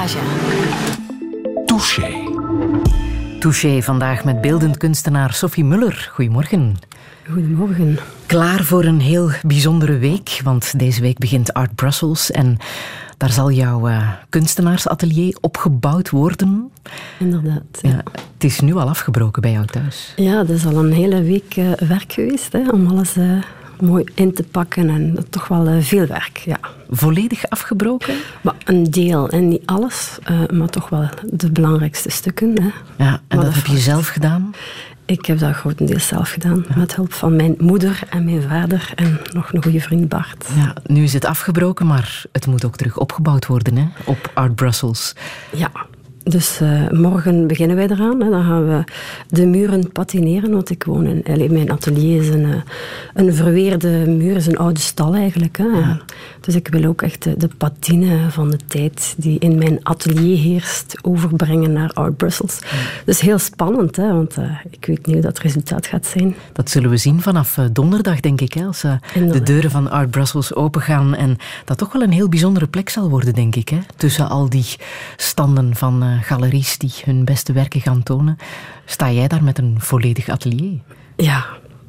Reportage. Touché. Touché vandaag met beeldend kunstenaar Sophie Muller. Goedemorgen. Goedemorgen. Klaar voor een heel bijzondere week, want deze week begint Art Brussels en daar zal jouw kunstenaarsatelier opgebouwd worden. Inderdaad. Ja, het is nu al afgebroken bij jou thuis. Ja, dat is al een hele week werk geweest, hè, om alles mooi in te pakken en toch wel veel werk, ja. Volledig afgebroken? Maar een deel en niet alles, maar toch wel de belangrijkste stukken. Hè. Ja, en dat heb je zelf gedaan? Ik heb dat grotendeels zelf gedaan, met hulp van mijn moeder en mijn vader en nog een goede vriend Bart. Ja, nu is het afgebroken, maar het moet ook terug opgebouwd worden, hè, op Art Brussels. Ja. Dus morgen beginnen wij eraan. Hè. Dan gaan we de muren patineren, want ik woon in mijn atelier is een verweerde muur, is een oude stal eigenlijk. Hè. Ja. Dus ik wil ook echt de patine van de tijd die in mijn atelier heerst overbrengen naar Art Brussels. Ja. Dus heel spannend, hè, want ik weet niet hoe dat resultaat gaat zijn. Dat zullen we zien vanaf donderdag, denk ik, hè, als de deuren van Art Brussels opengaan. En dat toch wel een heel bijzondere plek zal worden, denk ik, hè, tussen al die standen van galeries die hun beste werken gaan tonen. Sta jij daar met een volledig atelier? Ja,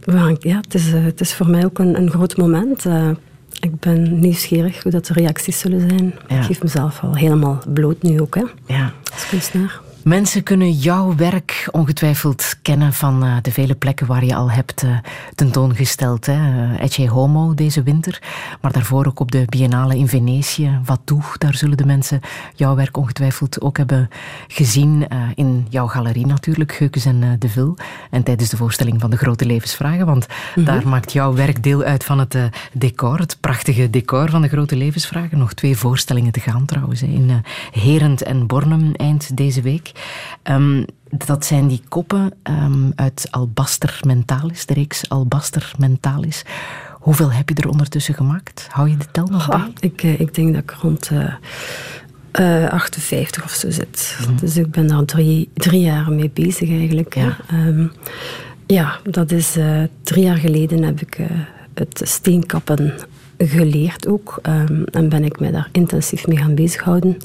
het is voor mij ook een groot moment. Ik ben nieuwsgierig hoe dat de reacties zullen zijn. Ja. Ik geef mezelf al helemaal bloot nu ook, hè, als kunstenaar. Mensen kunnen jouw werk ongetwijfeld kennen van de vele plekken waar je al hebt tentoongesteld. Ecce Homo deze winter, maar daarvoor ook op de Biennale in Venetië. Wat doe, daar zullen de mensen jouw werk ongetwijfeld ook hebben gezien. In jouw galerie natuurlijk, Geukens en de Vil. En tijdens de voorstelling van de Grote Levensvragen, want daar maakt jouw werk deel uit van het decor, het prachtige decor van de Grote Levensvragen. Nog 2 voorstellingen te gaan trouwens, in Herent en Bornem eind deze week. Dat zijn die koppen uit Albaster Mentalis, de reeks Albaster Mentalis. Hoeveel heb je er ondertussen gemaakt? Hou je de tel nog bij? Ik denk dat ik rond 58 of zo zit. Dus ik ben daar 3 jaar mee bezig eigenlijk. Ja, dat is 3 jaar geleden heb ik het steenkappen geleerd ook. En ben ik mij daar intensief mee gaan bezighouden.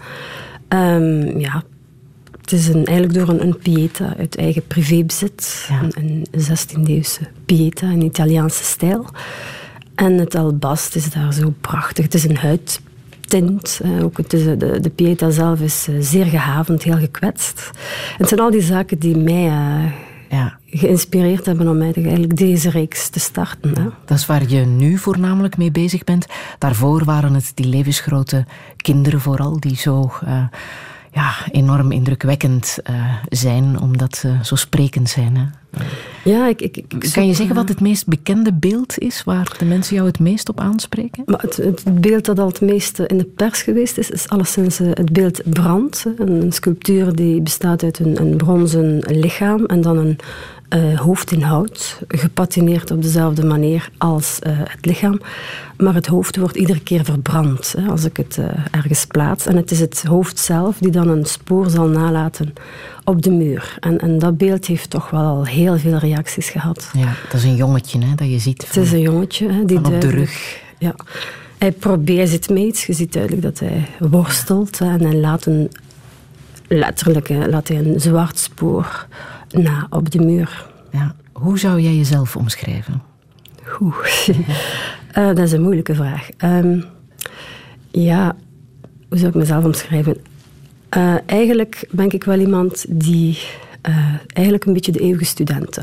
Het is eigenlijk door een Pieta uit eigen privébezit. Ja. Een 16e-eeuwse Pieta in Italiaanse stijl. En het albast is daar zo prachtig. Het is een huidtint. Ook de Pieta zelf is zeer gehavend, heel gekwetst. En het zijn al die zaken die mij geïnspireerd hebben om eigenlijk deze reeks te starten. Hè. Dat is waar je nu voornamelijk mee bezig bent. Daarvoor waren het die levensgrote kinderen vooral, die zo enorm indrukwekkend zijn, omdat ze zo sprekend zijn. Hè? Ja, kan je zeggen wat het meest bekende beeld is, waar de mensen jou het meest op aanspreken? Maar het beeld dat al het meest in de pers geweest is alleszins het beeld Brand. Een sculptuur die bestaat uit een bronzen lichaam en dan een hoofd in hout, gepatineerd op dezelfde manier als het lichaam. Maar het hoofd wordt iedere keer verbrand als ik het ergens plaats. En het is het hoofd zelf die dan een spoor zal nalaten op de muur. En dat beeld heeft toch wel al heel veel reacties gehad. Ja, dat is een jongetje dat je ziet. Het is een jongetje. Die van op de rug. Ja. Hij zit mee iets. Je ziet duidelijk dat hij worstelt. En hij laat een zwart spoor na op de muur. Ja. Hoe zou jij jezelf omschrijven? Dat is een moeilijke vraag. Hoe zou ik mezelf omschrijven? Eigenlijk ben ik wel iemand die eigenlijk een beetje de eeuwige studenten.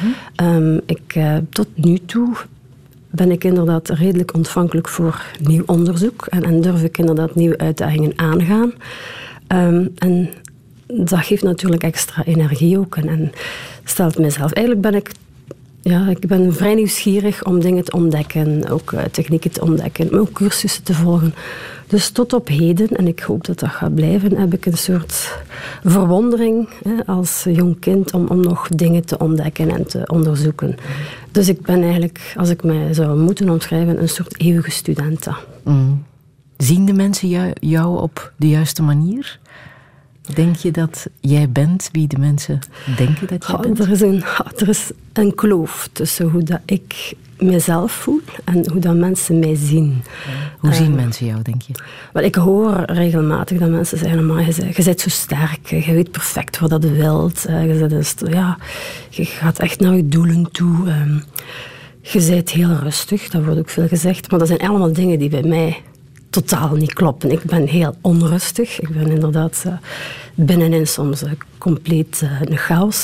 Tot nu toe ben ik inderdaad redelijk ontvankelijk voor nieuw onderzoek en durf ik inderdaad nieuwe uitdagingen aangaan. En dat geeft natuurlijk extra energie ook en stelt mezelf. Eigenlijk ben ik vrij nieuwsgierig om dingen te ontdekken, ook technieken te ontdekken, maar ook cursussen te volgen. Dus tot op heden, en ik hoop dat dat gaat blijven, heb ik een soort verwondering als jong kind om nog dingen te ontdekken en te onderzoeken. Dus ik ben eigenlijk, als ik mij zou moeten omschrijven, een soort eeuwige studente. Zien de mensen jou op de juiste manier? Denk je dat jij bent wie de mensen denken dat jij bent? Er is een kloof tussen hoe dat ik mezelf voel en hoe dat mensen mij zien. Hoe zien mensen jou, denk je? Wel, ik hoor regelmatig dat mensen zeggen, maar je bent zo sterk, je weet perfect wat je wilt, je gaat echt naar je doelen toe. Je bent heel rustig, dat wordt ook veel gezegd, maar dat zijn allemaal dingen die bij mij totaal niet kloppen. Ik ben heel onrustig. Ik ben inderdaad binnenin soms compleet een chaos.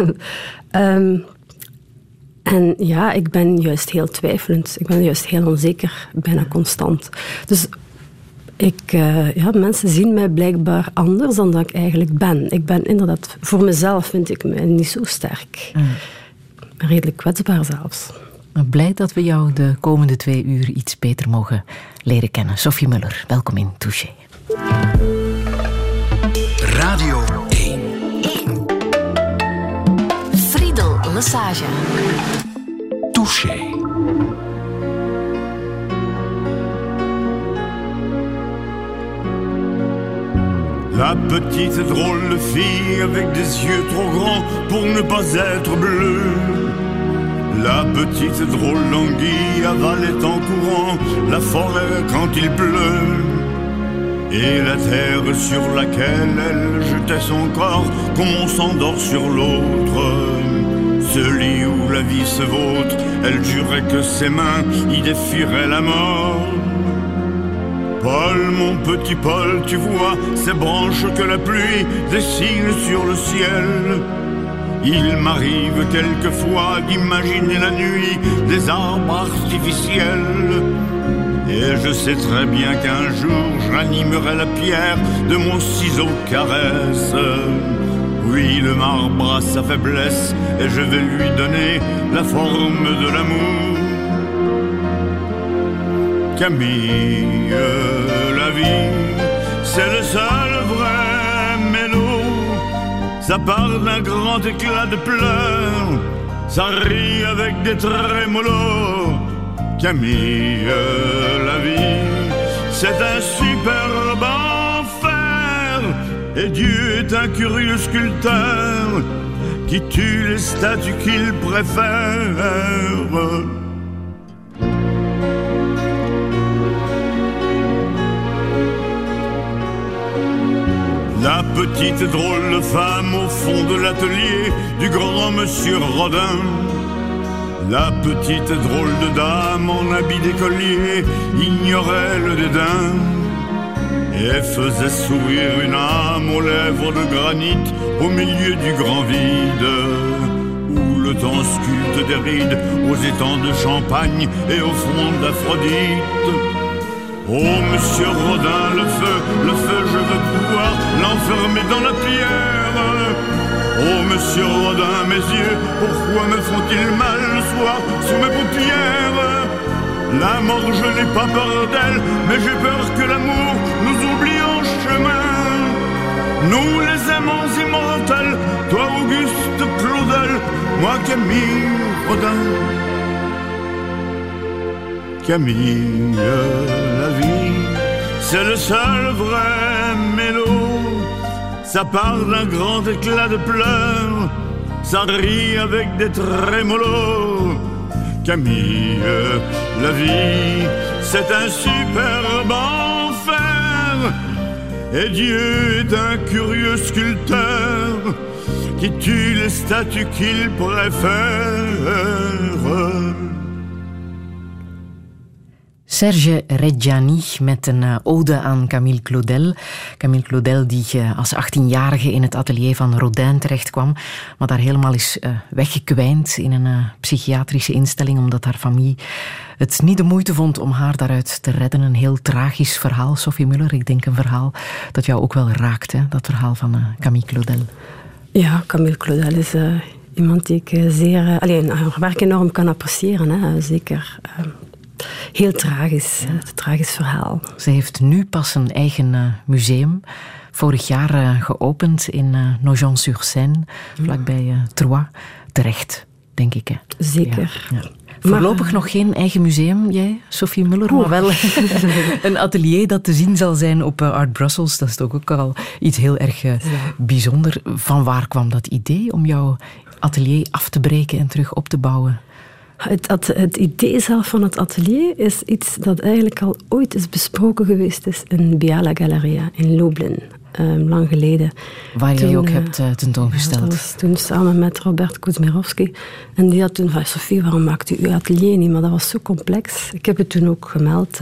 En ja, ik ben juist heel twijfelend. Ik ben juist heel onzeker, bijna constant. Dus mensen zien mij blijkbaar anders dan dat ik eigenlijk ben. Ik ben inderdaad, voor mezelf vind ik me niet zo sterk. Redelijk kwetsbaar zelfs. Blij dat we jou de komende 2 uur iets beter mogen leren kennen. Sophie Muller, welkom in Touché. Radio 1. Friedel Lesage. Touché. La petite drôle de fille avec des yeux trop grands pour ne pas être bleue. La petite drôle d'anguille avalait en courant la forêt quand il pleut. Et la terre sur laquelle elle jetait son corps comme on s'endort sur l'autre. Ce lit où la vie se vautre, elle jurait que ses mains y défieraient la mort. Paul, mon petit Paul, tu vois ces branches que la pluie dessine sur le ciel. Il m'arrive quelquefois d'imaginer la nuit des arbres artificiels. Et je sais très bien qu'un jour j'animerai la pierre de mon ciseau caresse. Oui, le marbre a sa faiblesse et je vais lui donner la forme de l'amour. Camille, la vie, c'est le seul vrai mélo. Ça part d'un grand éclat de pleurs, ça rit avec des trémolos. Camille, la vie, c'est un superbe enfer. Et Dieu est un curieux sculpteur qui tue les statues qu'il préfère. La petite drôle de femme au fond de l'atelier du grand monsieur Rodin. La petite drôle de dame en habit d'écolier ignorait le dédain et faisait sourire une âme aux lèvres de granit au milieu du grand vide où le temps sculpte des rides aux étangs de Champagne et au front d'Aphrodite. Oh, monsieur Rodin, le feu, je veux pouvoir l'enfermer dans la pierre. Oh, monsieur Rodin, mes yeux, pourquoi me font-ils mal le soir sous mes paupières? La mort, je n'ai pas peur d'elle, mais j'ai peur que l'amour nous oublie en chemin. Nous, les aimants immortels, toi, Auguste Claudel, moi, Camille Rodin. Camille, la vie, c'est le seul vrai mélo. Ça part d'un grand éclat de pleurs, ça rit avec des trémolos. Camille, la vie, c'est un superbe enfer. Et Dieu est un curieux sculpteur qui tue les statues qu'il préfère. Serge Reggiani met een ode aan Camille Claudel. Camille Claudel die als 18-jarige in het atelier van Rodin terechtkwam, maar daar helemaal is weggekwijnd in een psychiatrische instelling omdat haar familie het niet de moeite vond om haar daaruit te redden. Een heel tragisch verhaal, Sophie Muller. Ik denk een verhaal dat jou ook wel raakt, hè? Dat verhaal van Camille Claudel. Ja, Camille Claudel is iemand die ik zeer... haar werk enorm kan appreciëren, hè? Zeker... Heel tragisch, het tragisch verhaal. Ze heeft nu pas een eigen museum, vorig jaar geopend in Nogent-sur-Seine, vlakbij Troyes. Terecht, denk ik. Hè? Zeker. Ja. Voorlopig nog geen eigen museum, jij, Sophie Muller, maar wel een atelier dat te zien zal zijn op Art Brussels. Dat is toch ook al iets heel erg bijzonder. Van waar kwam dat idee om jouw atelier af te breken en terug op te bouwen? Het idee zelf van het atelier is iets dat eigenlijk al ooit is besproken geweest is in Biala Galleria in Lublin. Lang geleden. Waar jij ook hebt tentoongesteld. Dat was toen samen met Robert Kuzmerovsky. En die had toen van, Sophie, waarom maakt u uw atelier niet? Maar dat was zo complex. Ik heb het toen ook gemeld.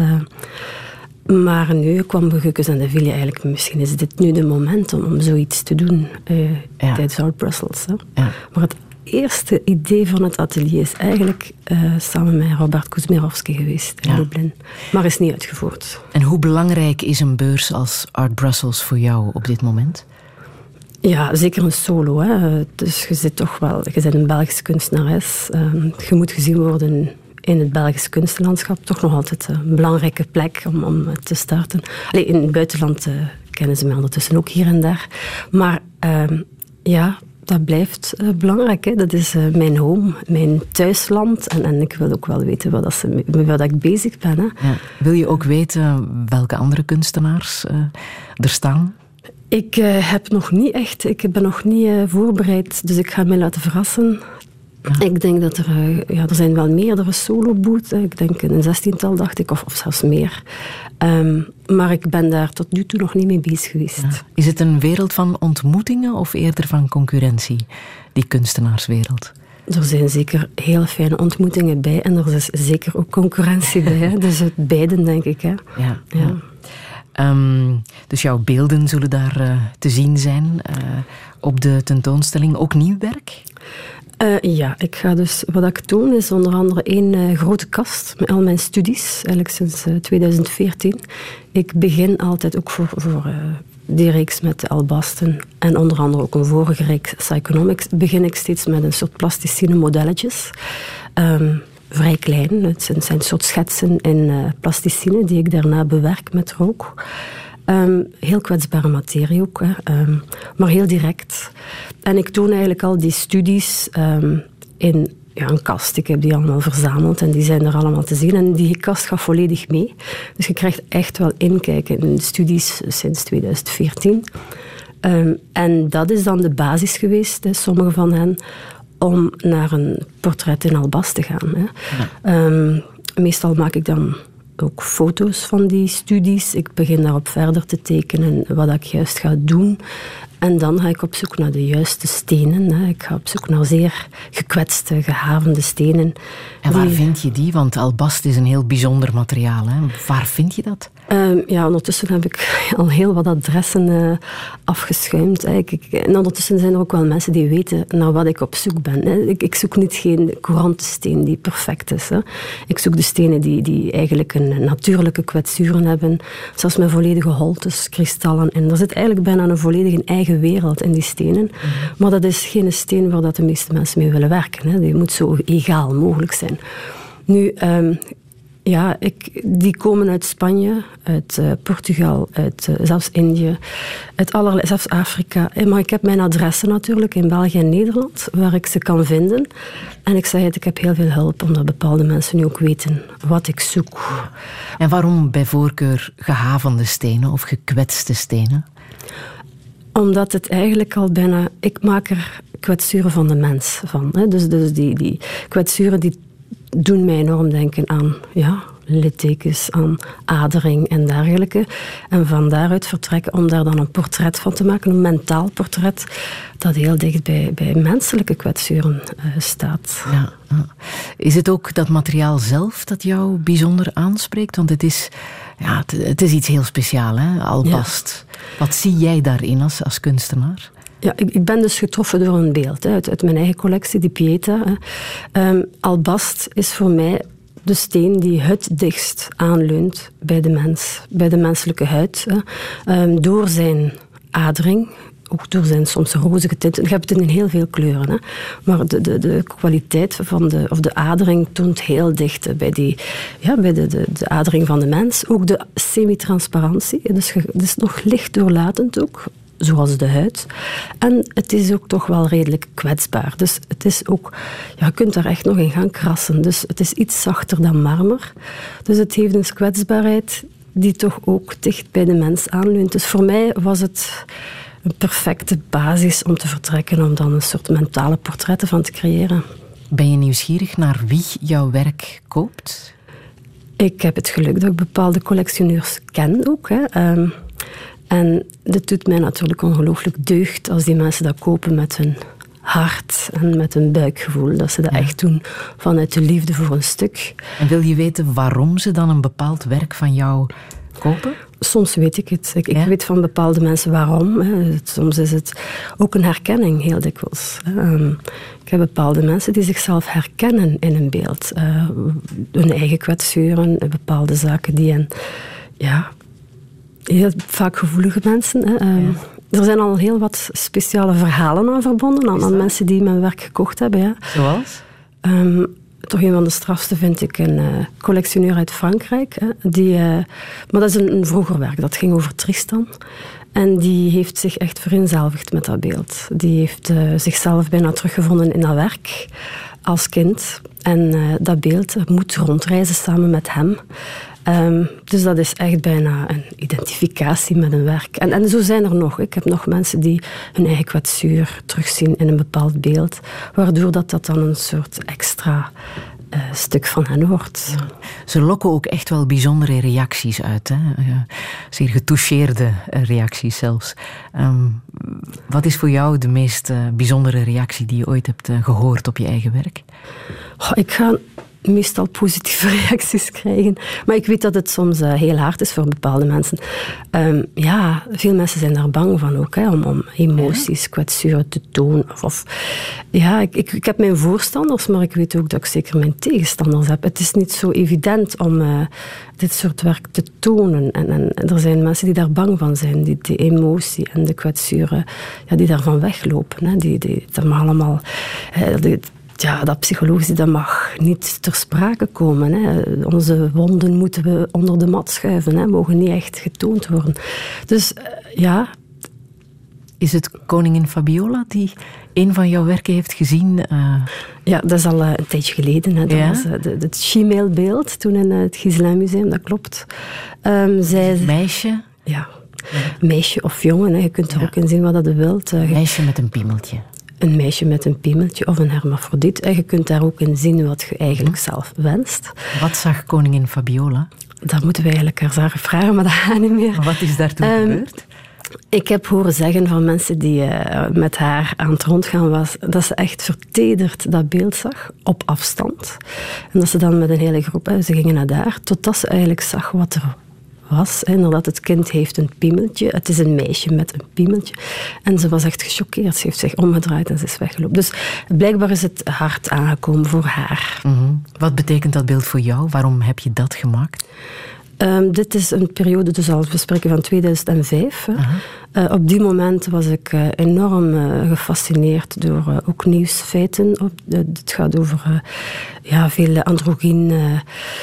Maar nu kwam Beukes en de Ville eigenlijk, misschien is dit nu de moment om zoiets te doen tijdens Art Brussels. Hè. Ja. Maar het eerste idee van het atelier is eigenlijk samen met Robert Kuzmerovsky geweest in Lublin. Maar is niet uitgevoerd. En hoe belangrijk is een beurs als Art Brussels voor jou op dit moment? Ja, zeker een solo. Hè. Dus je zit toch wel, je bent een Belgische kunstenares. Je moet gezien worden in het Belgisch kunstenlandschap. Toch nog altijd een belangrijke plek om te starten. Allee, in het buitenland kennen ze mij ondertussen ook hier en daar. Maar dat blijft belangrijk. Hè. Dat is mijn home, mijn thuisland. En ik wil ook wel weten met wat ik bezig ben. Hè. Ja. Wil je ook weten welke andere kunstenaars er staan? Ik ben nog niet voorbereid. Dus ik ga me laten verrassen. Ja. Ik denk dat er zijn wel meerdere solo-booths. Ik denk een 16-tal, dacht ik, of zelfs meer. Maar ik ben daar tot nu toe nog niet mee bezig geweest. Ja. Is het een wereld van ontmoetingen of eerder van concurrentie, die kunstenaarswereld? Er zijn zeker heel fijne ontmoetingen bij en er is zeker ook concurrentie bij. Hè? Dus het beiden, denk ik. Hè? Ja. Dus jouw beelden zullen daar te zien zijn op de tentoonstelling. Ook nieuw werk? Ik ga dus, wat ik toon is onder andere één grote kast met al mijn studies, eigenlijk sinds 2014. Ik begin altijd ook voor die reeks met de albasten en onder andere ook een vorige reeks Psychonomics, begin ik steeds met een soort plasticine modelletjes. Vrij klein, het zijn een soort schetsen in plasticine die ik daarna bewerk met rook. Heel kwetsbare materie ook, hè. Maar heel direct. En ik toon eigenlijk al die studies in een kast. Ik heb die allemaal verzameld en die zijn er allemaal te zien. En die kast gaat volledig mee. Dus je krijgt echt wel inkijken in de studies sinds 2014. En dat is dan de basis geweest, hè, sommige van hen, om naar een portret in albast te gaan. Hè. Ja. Meestal maak ik dan ook foto's van die studies. Ik begin daarop verder te tekenen wat ik juist ga doen. En dan ga ik op zoek naar de juiste stenen. Hè. Ik ga op zoek naar zeer gekwetste, gehavende stenen. En waar vind je die? Want albast is een heel bijzonder materiaal. Hè? Waar vind je dat? Ondertussen heb ik al heel wat adressen afgeschuimd. Hè. En ondertussen zijn er ook wel mensen die weten naar wat ik op zoek ben. Hè. Ik zoek niet geen courante steen die perfect is. Hè. Ik zoek de stenen die eigenlijk een natuurlijke kwetsuren hebben. Zelfs met volledige holtes, kristallen. En er zit eigenlijk bijna een volledige eigen wereld in die stenen. Maar dat is geen steen waar dat de meeste mensen mee willen werken. Hè. Die moet zo egaal mogelijk zijn. Nu, die komen uit Spanje, uit Portugal, uit zelfs Indië, zelfs Afrika. Maar ik heb mijn adressen natuurlijk in België en Nederland, waar ik ze kan vinden. En ik zei het, ik heb heel veel hulp, omdat bepaalde mensen nu ook weten wat ik zoek. En waarom bij voorkeur gehavende stenen of gekwetste stenen? Omdat het eigenlijk al bijna... Ik maak er kwetsuren van de mens van. Hè. Dus die kwetsuren die doen mij enorm denken aan littekens, aan adering en dergelijke. En van daaruit vertrekken om daar dan een portret van te maken, een mentaal portret, dat heel dicht bij menselijke kwetsuren staat. Ja. Is het ook dat materiaal zelf dat jou bijzonder aanspreekt? Want het is iets heel speciaals, hè? Albast. Ja. Wat zie jij daarin als kunstenaar? Ja, ik ben dus getroffen door een beeld uit mijn eigen collectie, die Pieta. Albast is voor mij de steen die het dichtst aanleunt bij de mens, bij de menselijke huid. Door zijn adering, ook door zijn soms rozige tinten. Je hebt het in heel veel kleuren. Hè. Maar de kwaliteit van de adering toont heel dicht bij de adering van de mens. Ook de semi-transparantie. Dus het is nog licht doorlatend ook. zoals de huid. En het is ook toch wel redelijk kwetsbaar. Dus het is ook, je kunt daar echt nog in gaan krassen. Dus het is iets zachter dan marmer. Dus het heeft een kwetsbaarheid die toch ook dicht bij de mens aanleunt. Dus voor mij was het een perfecte basis om te vertrekken, om dan een soort mentale portretten van te creëren. Ben je nieuwsgierig naar wie jouw werk koopt? Ik heb het geluk dat ik bepaalde collectioneurs ken ook. En dit doet mij natuurlijk ongelooflijk deugd als die mensen dat kopen met hun hart en met hun buikgevoel. Dat ze dat echt doen vanuit de liefde voor een stuk. En wil je weten waarom ze dan een bepaald werk van jou kopen? Soms weet ik het. Ik weet van bepaalde mensen waarom. Soms is het ook een herkenning, heel dikwijls. Ik heb bepaalde mensen die zichzelf herkennen in een beeld. Hun eigen kwetsuren, bepaalde zaken die hen... heel vaak gevoelige mensen. Er zijn al heel wat speciale verhalen aan verbonden, aan mensen die mijn werk gekocht hebben. Ja. Zoals? Toch een van de strafste vind ik een collectioneur uit Frankrijk. Maar dat is een vroeger werk, dat ging over Tristan. En die heeft zich echt vereenzelvigd met dat beeld. Die heeft zichzelf bijna teruggevonden in dat werk als kind. En dat beeld moet rondreizen samen met hem. Dus dat is echt bijna een identificatie met een werk. En zo zijn er nog. Ik heb nog mensen die hun eigen kwetsuur terugzien in een bepaald beeld, waardoor dat dan een soort extra stuk van hen wordt. Ja. Ze lokken ook echt wel bijzondere reacties uit. Hè? Zeer getoucheerde reacties zelfs. Wat is voor jou de meest bijzondere reactie die je ooit hebt gehoord op je eigen werk? Ik ga meestal positieve reacties krijgen. Maar ik weet dat het soms heel hard is voor bepaalde mensen. Veel mensen zijn daar bang van ook, om emoties, kwetsuren te tonen. Ik heb mijn voorstanders, maar ik weet ook dat ik zeker mijn tegenstanders heb. Het is niet zo evident om dit soort werk te tonen. En er zijn mensen die daar bang van zijn, die de emotie en de kwetsuren, die daarvan weglopen. Hè. Dat mag allemaal... dat psychologische, dat mag niet ter sprake komen. Hè. Onze wonden moeten we onder de mat schuiven. Hè. Mogen niet echt getoond worden. Dus Is het koningin Fabiola die een van jouw werken heeft gezien? Ja, dat is al een tijdje geleden. Hè. Dat was het Chimel-beeld toen in het Ghislain Museum, dat klopt. Meisje? Ja, meisje of jongen. Hè. Je kunt er ook in zien wat dat wilt. Meisje met een piemeltje. Een meisje met een piemeltje of een hermafrodiet. En je kunt daar ook in zien wat je eigenlijk zelf wenst. Wat zag koningin Fabiola? Dat moeten we eigenlijk haar vragen, maar dat gaat niet meer. Maar wat is daar toen gebeurd? Ik heb horen zeggen van mensen die met haar aan het rondgaan was, dat ze echt vertederd dat beeld zag, op afstand. En dat ze dan met een hele groep, ze gingen naar daar, totdat ze eigenlijk zag wat er was. Inderdaad, het kind heeft een piemeltje. Het is een meisje met een piemeltje. En ze was echt gechoqueerd. Ze heeft zich omgedraaid en ze is weggelopen. Dus blijkbaar is het hard aangekomen voor haar. Mm-hmm. Wat betekent dat beeld voor jou? Waarom heb je dat gemaakt? Dit is een periode, dus al we spreken van 2005. Op die moment was ik enorm gefascineerd door ook nieuwsfeiten. Het gaat over veel androgyn...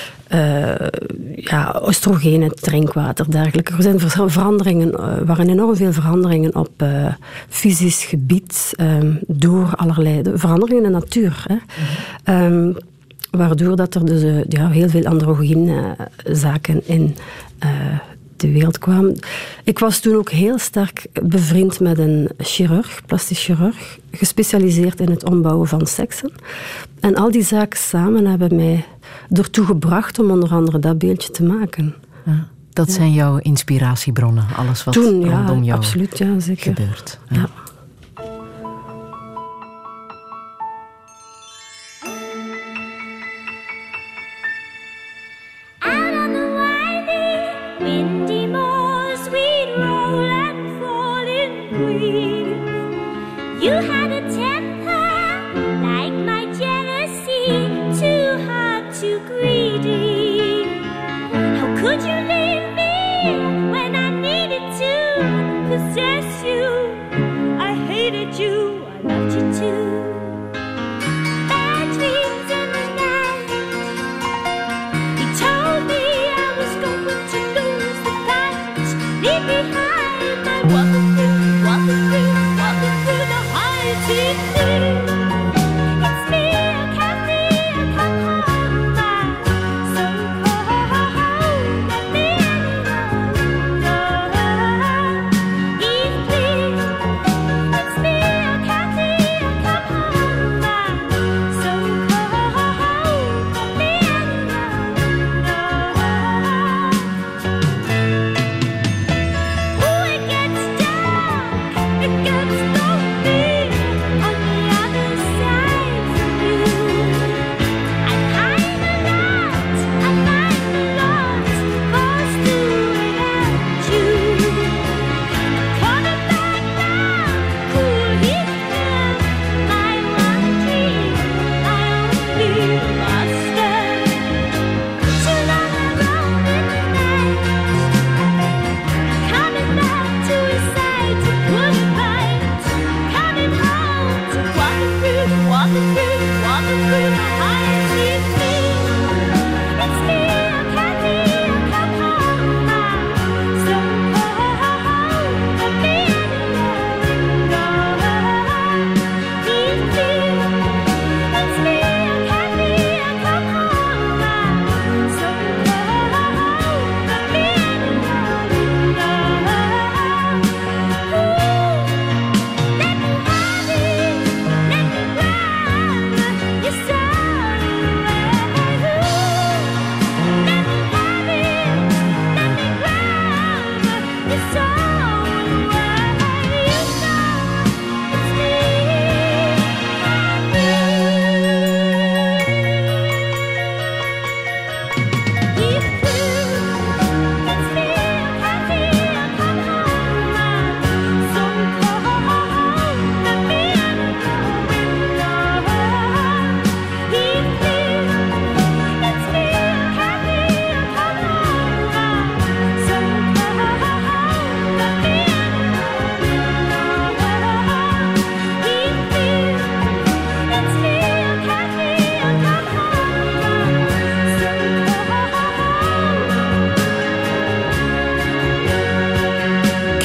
oestrogenen, drinkwater, dergelijke. Er zijn waren enorm veel veranderingen op fysisch gebied door allerlei veranderingen in de natuur. Hè. Waardoor dat er dus heel veel androgyn-zaken in de wereld kwamen. Ik was toen ook heel sterk bevriend met een chirurg, plastisch chirurg, gespecialiseerd in het ombouwen van seksen. En al die zaken samen hebben mij ertoe gebracht om onder andere dat beeldje te maken. Ja, dat zijn jouw inspiratiebronnen, alles wat toen, rondom jou absoluut, zeker. gebeurt. Ja.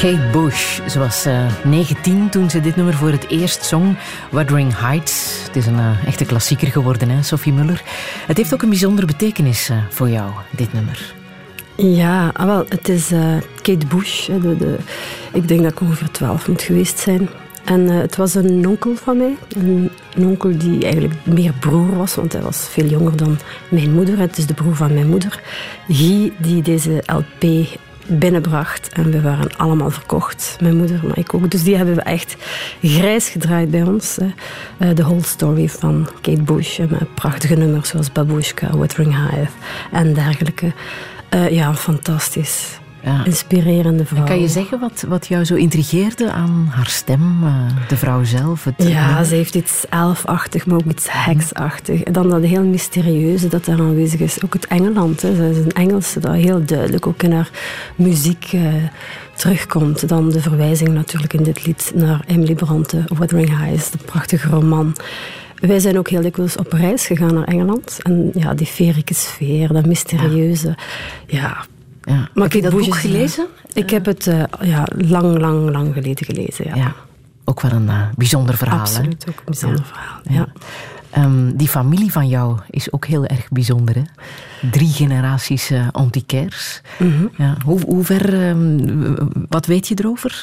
Kate Bush. Ze was 19 toen ze dit nummer voor het eerst zong. Wuthering Heights. Het is een echte klassieker geworden, hè, Sophie Muller. Het heeft ook een bijzondere betekenis voor jou, dit nummer. Ja, wel, het is Kate Bush. Ik denk dat ik ongeveer 12 moet geweest zijn. En het was een onkel van mij. Een onkel die eigenlijk meer broer was, want hij was veel jonger dan mijn moeder. Het is de broer van mijn moeder. Guy, die deze LP binnenbracht. En we waren allemaal verkocht. Mijn moeder, maar ik ook. Dus die hebben we echt grijs gedraaid bij ons. The Whole Story van Kate Bush. Met prachtige nummers zoals Babushka, Wuthering Heights en dergelijke. Ja, fantastisch. Ja. Inspirerende vrouw. Kan je zeggen wat jou zo intrigeerde aan haar stem, de vrouw zelf? Ja, ze heeft iets elfachtig, maar ook iets heksachtig. En dan dat heel mysterieuze dat daar aanwezig is. Ook het Engeland. Hè. Ze is een Engelse dat heel duidelijk ook in haar muziek terugkomt. Dan de verwijzing natuurlijk in dit lied naar Emily Bronte, Wuthering Heights, de prachtige roman. Wij zijn ook heel dikwijls op reis gegaan naar Engeland. En ja, die feerieke sfeer, dat mysterieuze. Ja. Maar heb je dat boek gelezen? Ik heb het lang geleden gelezen, ja. Ook wel een bijzonder verhaal. Absoluut, hè? ook een bijzonder verhaal, ja. Die familie van jou is ook heel erg bijzonder, hè? 3 generaties antiquairs. Mm-hmm. Ja, hoe ver, wat weet je erover?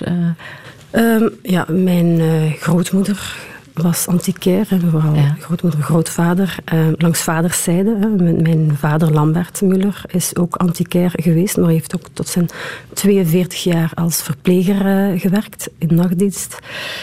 Mijn grootmoeder was antiquair, vooral grootmoeder, grootvader. Langs vaderszijde. Mijn vader Lambert Muller is ook antiquair geweest, maar heeft ook tot zijn 42 jaar als verpleger gewerkt in nachtdienst.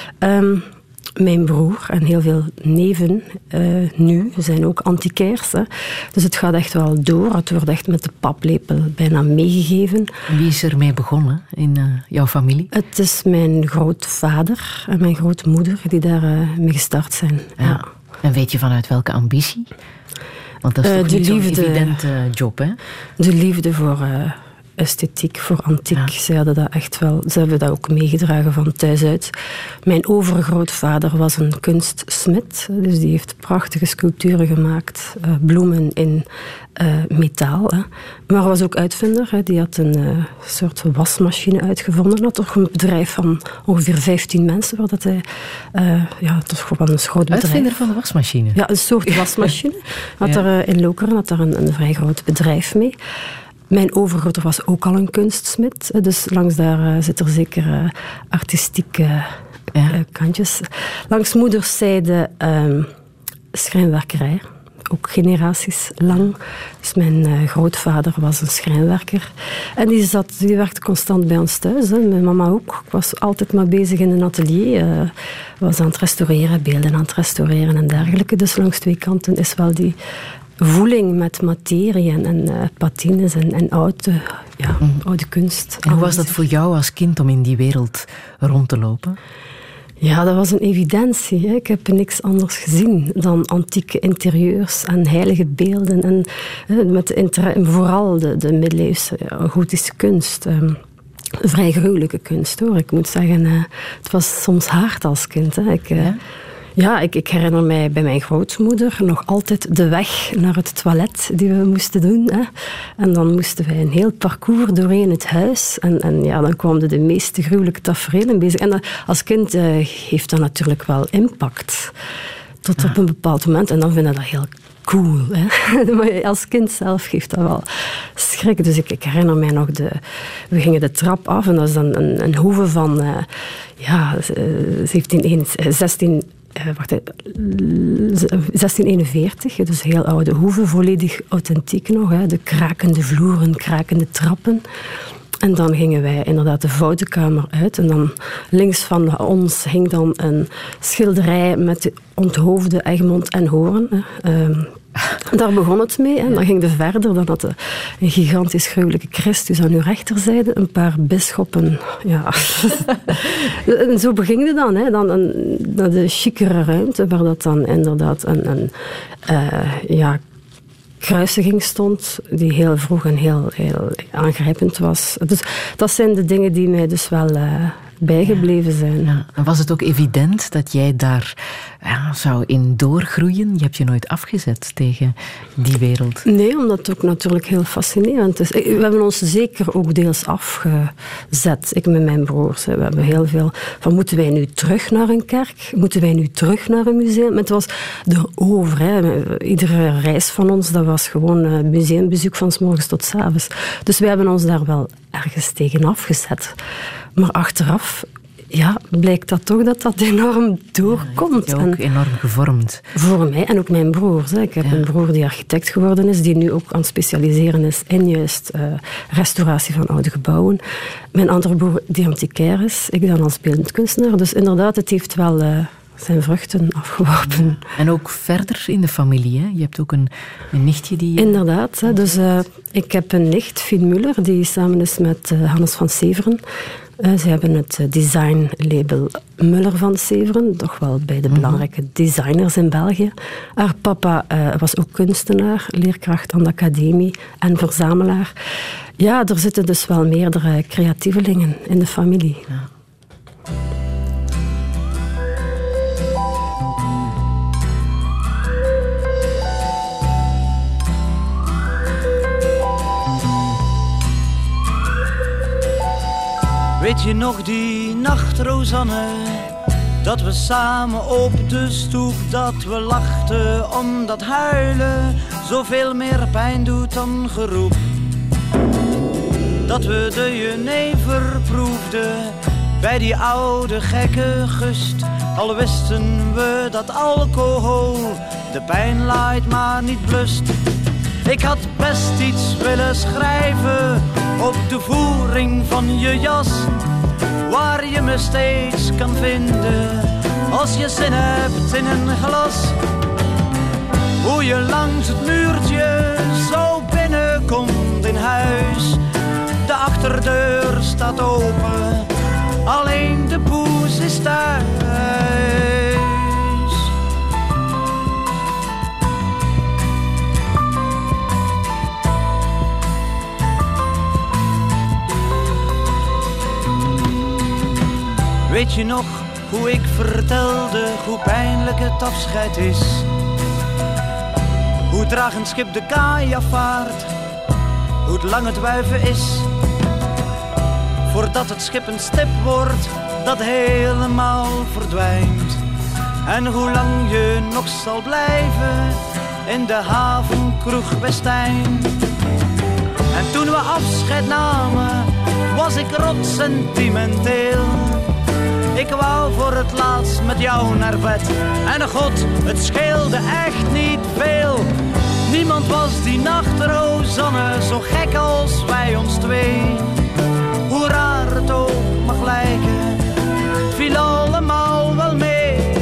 Mijn broer en heel veel neven nu zijn ook antiquairs. Hè. Dus het gaat echt wel door. Het wordt echt met de paplepel bijna meegegeven. Wie is ermee begonnen in jouw familie? Het is mijn grootvader en mijn grootmoeder die daar mee gestart zijn. Ja. En weet je vanuit welke ambitie? Want dat is toch niet zo'n evidente job, hè? De liefde voor esthetiek, voor antiek. Ja. Ze hadden dat echt wel. Ze hebben dat ook meegedragen van thuis uit. Mijn overgrootvader was een kunstsmid. Dus die heeft prachtige sculpturen gemaakt. Bloemen in metaal. Hè. Maar was ook uitvinder. Hè. Die had een soort wasmachine uitgevonden. Had toch een bedrijf van ongeveer 15 mensen. Waar dat hij toch gewoon een groot bedrijf. Uitvinder van de wasmachine? Ja, een soort wasmachine. Had er in Lokeren had er een vrij groot bedrijf mee. Mijn overgrote was ook al een kunstsmid. Dus langs daar zit er zeker artistieke kantjes. Langs moederszijde schrijnwerkerij. Ook generaties lang. Dus mijn grootvader was een schrijnwerker. En die werkte constant bij ons thuis. Hè. Mijn mama ook. Ik was altijd maar bezig in een atelier. Was aan het restaureren, beelden aan het restaureren en dergelijke. Dus langs 2 kanten is wel die voeling met materie en patines en oude kunst. En hoe was dat voor jou als kind om in die wereld rond te lopen? Ja, dat was een evidentie. Hè. Ik heb niks anders gezien dan antieke interieurs en heilige beelden. En vooral de middeleeuwse gotische kunst. Vrij gruwelijke kunst, hoor. Ik moet zeggen, het was soms hard als kind. Hè. Ik herinner mij bij mijn grootmoeder nog altijd de weg naar het toilet die we moesten doen. Hè. En dan moesten wij een heel parcours doorheen het huis. En dan kwamen de meest gruwelijke tafereelen bezig. En als kind heeft dat natuurlijk wel impact. Tot op een bepaald moment. En dan vind je dat heel cool. Hè. Maar als kind zelf geeft dat wel schrik. Dus ik herinner mij nog, we gingen de trap af. En dat is dan een hoeve van 1641, dus heel oude hoeve, volledig authentiek nog. Hè. De krakende vloeren, krakende trappen. En dan gingen wij inderdaad de Voutenkamer uit. En dan links van ons hing dan een schilderij met de onthoofde Egmond en Hoorn. Daar begon het mee. En dan ging het verder. Dan had een gigantisch gruwelijke Christus aan uw rechterzijde. Een paar bisschoppen. Ja. En zo beging het dan. Hè. Dan naar de chicere ruimte, waar dat dan inderdaad een kruisiging stond, die heel vroeg en heel aangrijpend was. Dus dat zijn de dingen die mij dus wel bijgebleven zijn. Ja. En was het ook evident dat jij daar zou in doorgroeien? Je hebt je nooit afgezet tegen die wereld. Nee, omdat het ook natuurlijk heel fascinerend is. We hebben ons zeker ook deels afgezet, ik met mijn broers. We hebben heel veel van, moeten wij nu terug naar een kerk? Moeten wij nu terug naar een museum? Het was erover. Iedere reis van ons, dat was gewoon museumbezoek van 's morgens tot 's avonds. Dus wij hebben ons daar wel ergens tegen afgezet. Maar achteraf blijkt dat toch dat enorm doorkomt. Ja, je hebt je ook enorm gevormd. Voor mij en ook mijn broers. Ik heb een broer die architect geworden is, die nu ook aan het specialiseren is in juist restauratie van oude gebouwen. Mijn andere broer die antiquair is, ik dan als beeldend kunstenaar. Dus inderdaad, het heeft wel zijn vruchten afgeworpen. En ook verder in de familie, hè? Je hebt ook een nichtje die... Inderdaad. Dus ik heb een nicht, Fien Muller, die samen is met Hannes van Severen. Ze hebben het designlabel Muller van Severen, toch wel bij de belangrijke designers in België. Haar papa was ook kunstenaar, leerkracht aan de academie en verzamelaar. Ja, er zitten dus wel meerdere creatievelingen in de familie. Ja. Weet je nog die nacht, Rosanne, dat we samen op de stoep, dat we lachten omdat huilen zoveel meer pijn doet dan geroep. Dat we de jenever proefden bij die oude gekke gust, al wisten we dat alcohol de pijn laait maar niet blust. Ik had best iets willen schrijven op de voering van je jas, waar je me steeds kan vinden als je zin hebt in een glas. Hoe je langs het muurtje zo binnenkomt in huis, de achterdeur staat open, alleen de poes is thuis. Weet je nog hoe ik vertelde hoe pijnlijk het afscheid is? Hoe traag een schip de kaai afvaart, hoe lang het wuiven is, voordat het schip een stip wordt dat helemaal verdwijnt. En hoe lang je nog zal blijven in de havenkroeg Westijn. En toen we afscheid namen was ik rot sentimenteel. Ik wou voor het laatst met jou naar bed. En god, het scheelde echt niet veel. Niemand was die nacht, Rosanne, zo gek als wij ons twee. Hoe raar het ook mag lijken, viel allemaal wel mee.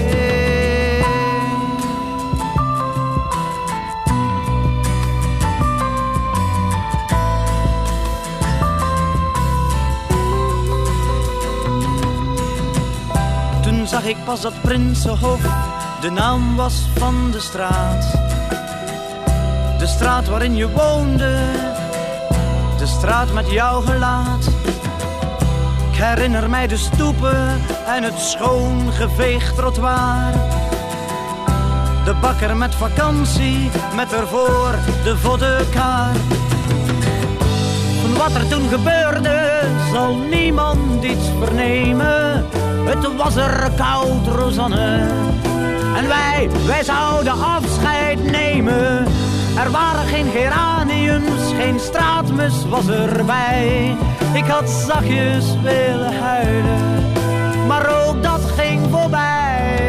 Toen zag ik pas dat Prinsenhof de naam was van de straat. De straat waarin je woonde, de straat met jouw gelaat. Ik herinner mij de stoepen en het schoon geveegd trottoir. De bakker met vakantie, met ervoor de voddenkaar. Van wat er toen gebeurde, zal niemand iets vernemen. Het was er koud, Rosanne, en wij zouden afscheid nemen. Er waren geen geraniums, geen straatmus was erbij. Ik had zachtjes willen huilen, maar ook dat ging voorbij.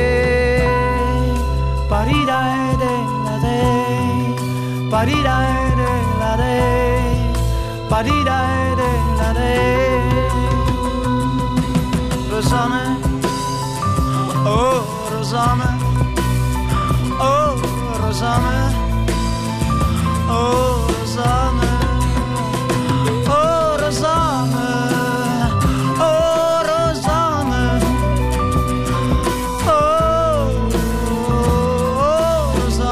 Paridai de la de, paridai de la de, paridai de la de. Rosanne, oh Rosanne, oh Rosanne, oh Rosanne, oh Rosanne, oh Rosanne, oh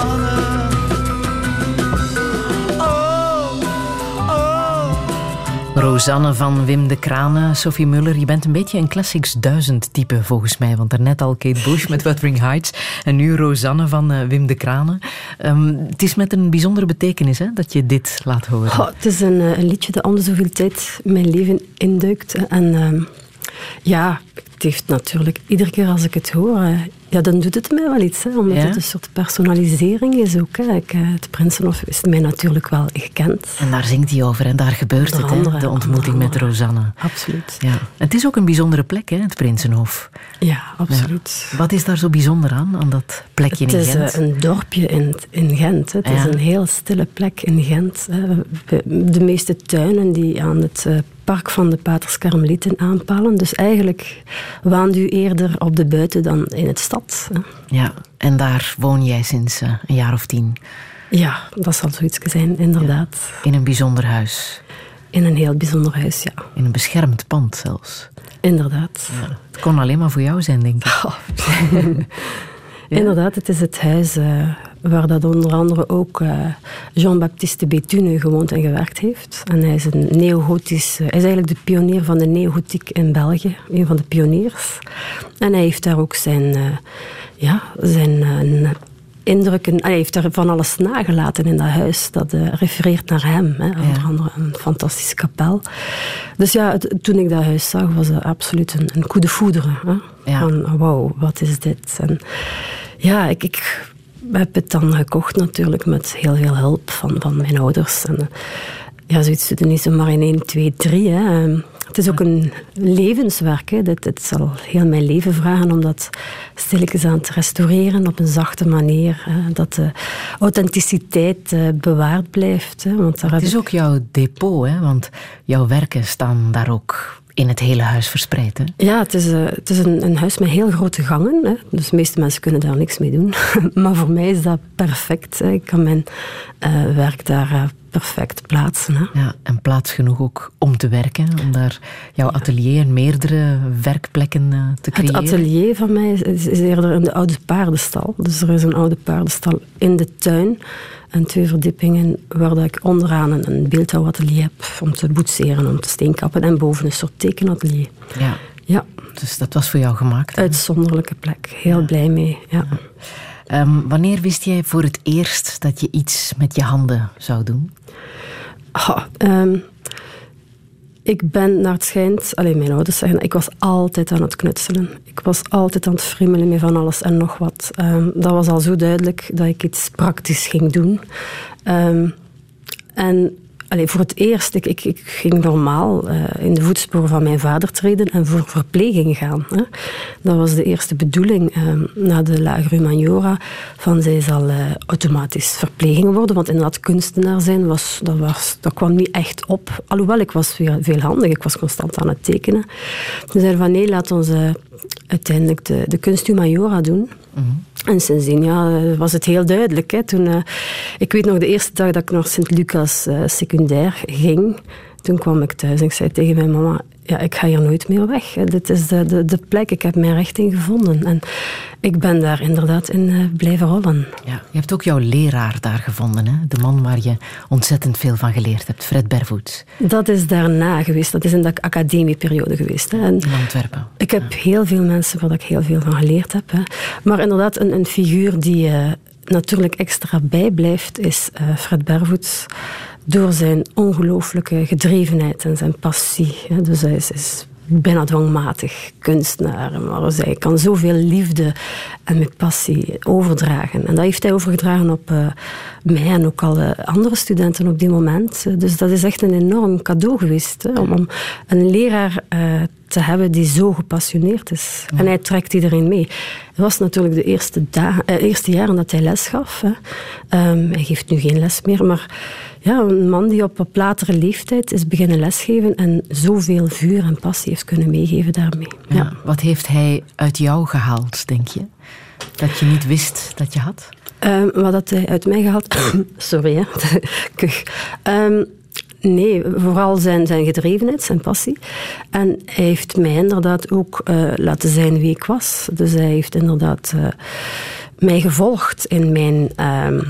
Rosanne, oh, oh, Rosanne van Wim de Kranen. Sophie Muller, je bent een beetje een Classics 1000 type volgens mij. Want daarnet al Kate Bush met Wuthering Heights. En nu Rosanne van Wim de Kranen. Het is met een bijzondere betekenis hè, dat je dit laat horen. Oh, het is een liedje dat om de zoveel tijd mijn leven induikt. En ja, het heeft natuurlijk iedere keer als ik het hoor... ja, dan doet het mij wel iets. Hè, omdat het een soort personalisering is ook. Hè. Het Prinsenhof is mij natuurlijk wel gekend. En daar zingt hij over en daar gebeurt het. Hè, de ontmoeting met Rosanne. Absoluut. Ja. Het is ook een bijzondere plek, hè, het Prinsenhof. Ja, absoluut. Ja. Wat is daar zo bijzonder aan dat plekje in Gent? Het is een dorpje in Gent. Hè. Het is een heel stille plek in Gent. Hè. De meeste tuinen die aan het park van de Paters Karmelieten aanpalen. Dus eigenlijk waant u eerder op de buiten dan in het stad. Hè. Ja, en daar woon jij sinds een jaar of 10. Ja, dat zal zoiets zijn, inderdaad. Ja. In een bijzonder huis. In een heel bijzonder huis, ja. In een beschermd pand zelfs. Inderdaad. Ja. Het kon alleen maar voor jou zijn, denk ik. Oh. Ja. Inderdaad, het is het huis waar dat onder andere ook Jean-Baptiste Béthune gewoond en gewerkt heeft. En hij is een neogotisch... hij is eigenlijk de pionier van de neogotiek in België. Een van de pioniers. En hij heeft daar ook zijn indrukken... Hij heeft daar van alles nagelaten in dat huis. Dat refereert naar hem. Hè. Onder andere een fantastische kapel. Dus ja, toen ik dat huis zag, was het absoluut een coup de foudre. Hè. Ja. Van, wauw, wat is dit? En ja, ik heb het dan gekocht natuurlijk met heel veel hulp van mijn ouders. En ja, zoiets doet er niet zomaar in 1, 2, 3. Hè. Het is ook een levenswerk. Hè. Het zal heel mijn leven vragen om dat stilletjes aan te restaureren op een zachte manier. Hè. Dat de authenticiteit bewaard blijft. Hè. Want het is ook jouw depot, hè? Want jouw werken staan daar ook in het hele huis verspreid. Hè? Ja, het is een huis met heel grote gangen. Hè. Dus de meeste mensen kunnen daar niks mee doen. Maar voor mij is dat perfect. Hè. Ik kan mijn werk daar perfect plaatsen. Hè. Ja, en plaats genoeg ook om te werken. Om daar jouw atelier en meerdere werkplekken te creëren. Het atelier van mij is eerder in de oude paardenstal. Dus er is een oude paardenstal in de tuin. En 2 verdiepingen waar ik onderaan een beeldhouwatelier heb om te boetseren, om te steenkappen. En boven een soort tekenatelier. Ja. Ja. Dus dat was voor jou gemaakt? Hè? Uitzonderlijke plek. Heel blij mee. Ja. Wanneer wist jij voor het eerst dat je iets met je handen zou doen? Ik ben naar het schijnt... mijn ouders zeggen, ik was altijd aan het knutselen. Ik was altijd aan het friemelen met van alles en nog wat. Dat was al zo duidelijk dat ik iets praktisch ging doen. Voor het eerst, ik ging normaal in de voetsporen van mijn vader treden en voor verpleging gaan. Hè. Dat was de eerste bedoeling na de lagere humaniora. Van zij zal automatisch verpleging worden, want inderdaad kunstenaar zijn, dat kwam niet echt op. Alhoewel, ik was veel handig, ik was constant aan het tekenen. Ze zeiden van nee, laat ons uiteindelijk de kunst humaniora doen. Mm-hmm. En sindsdien was het heel duidelijk. Hè. Toen, ik weet nog de eerste dag dat ik naar Sint-Lucas secundair ging. Toen kwam ik thuis en ik zei tegen mijn mama... Ja, ik ga hier nooit meer weg. Dit is de plek. Ik heb mijn richting gevonden. En ik ben daar inderdaad in blijven rollen. Ja, je hebt ook jouw leraar daar gevonden. Hè? De man waar je ontzettend veel van geleerd hebt. Fred Bervoets. Dat is daarna geweest. Dat is in de academieperiode geweest. Hè. En in Antwerpen. Ik heb heel veel mensen waar ik heel veel van geleerd heb. Hè. Maar inderdaad, een figuur die natuurlijk extra bijblijft is Fred Bervoets. Door zijn ongelooflijke gedrevenheid en zijn passie. Dus hij is bijna dwangmatig kunstenaar. Maar hij kan zoveel liefde en met passie overdragen. En dat heeft hij overgedragen op mij en ook alle andere studenten op die moment. Dus dat is echt een enorm cadeau geweest. Hè, om een leraar te hebben die zo gepassioneerd is. Ja. En hij trekt iedereen mee. Het was natuurlijk de eerste jaren dat hij les gaf. Hè. Hij geeft nu geen les meer, maar... Ja, een man die op latere leeftijd is beginnen lesgeven en zoveel vuur en passie heeft kunnen meegeven daarmee. Ja. Wat heeft hij uit jou gehaald, denk je? Dat je niet wist dat je had? Wat had hij uit mij gehaald? Sorry, hè. Nee, vooral zijn gedrevenheid, zijn passie. En hij heeft mij inderdaad ook laten zijn wie ik was. Dus hij heeft inderdaad mij gevolgd in mijn...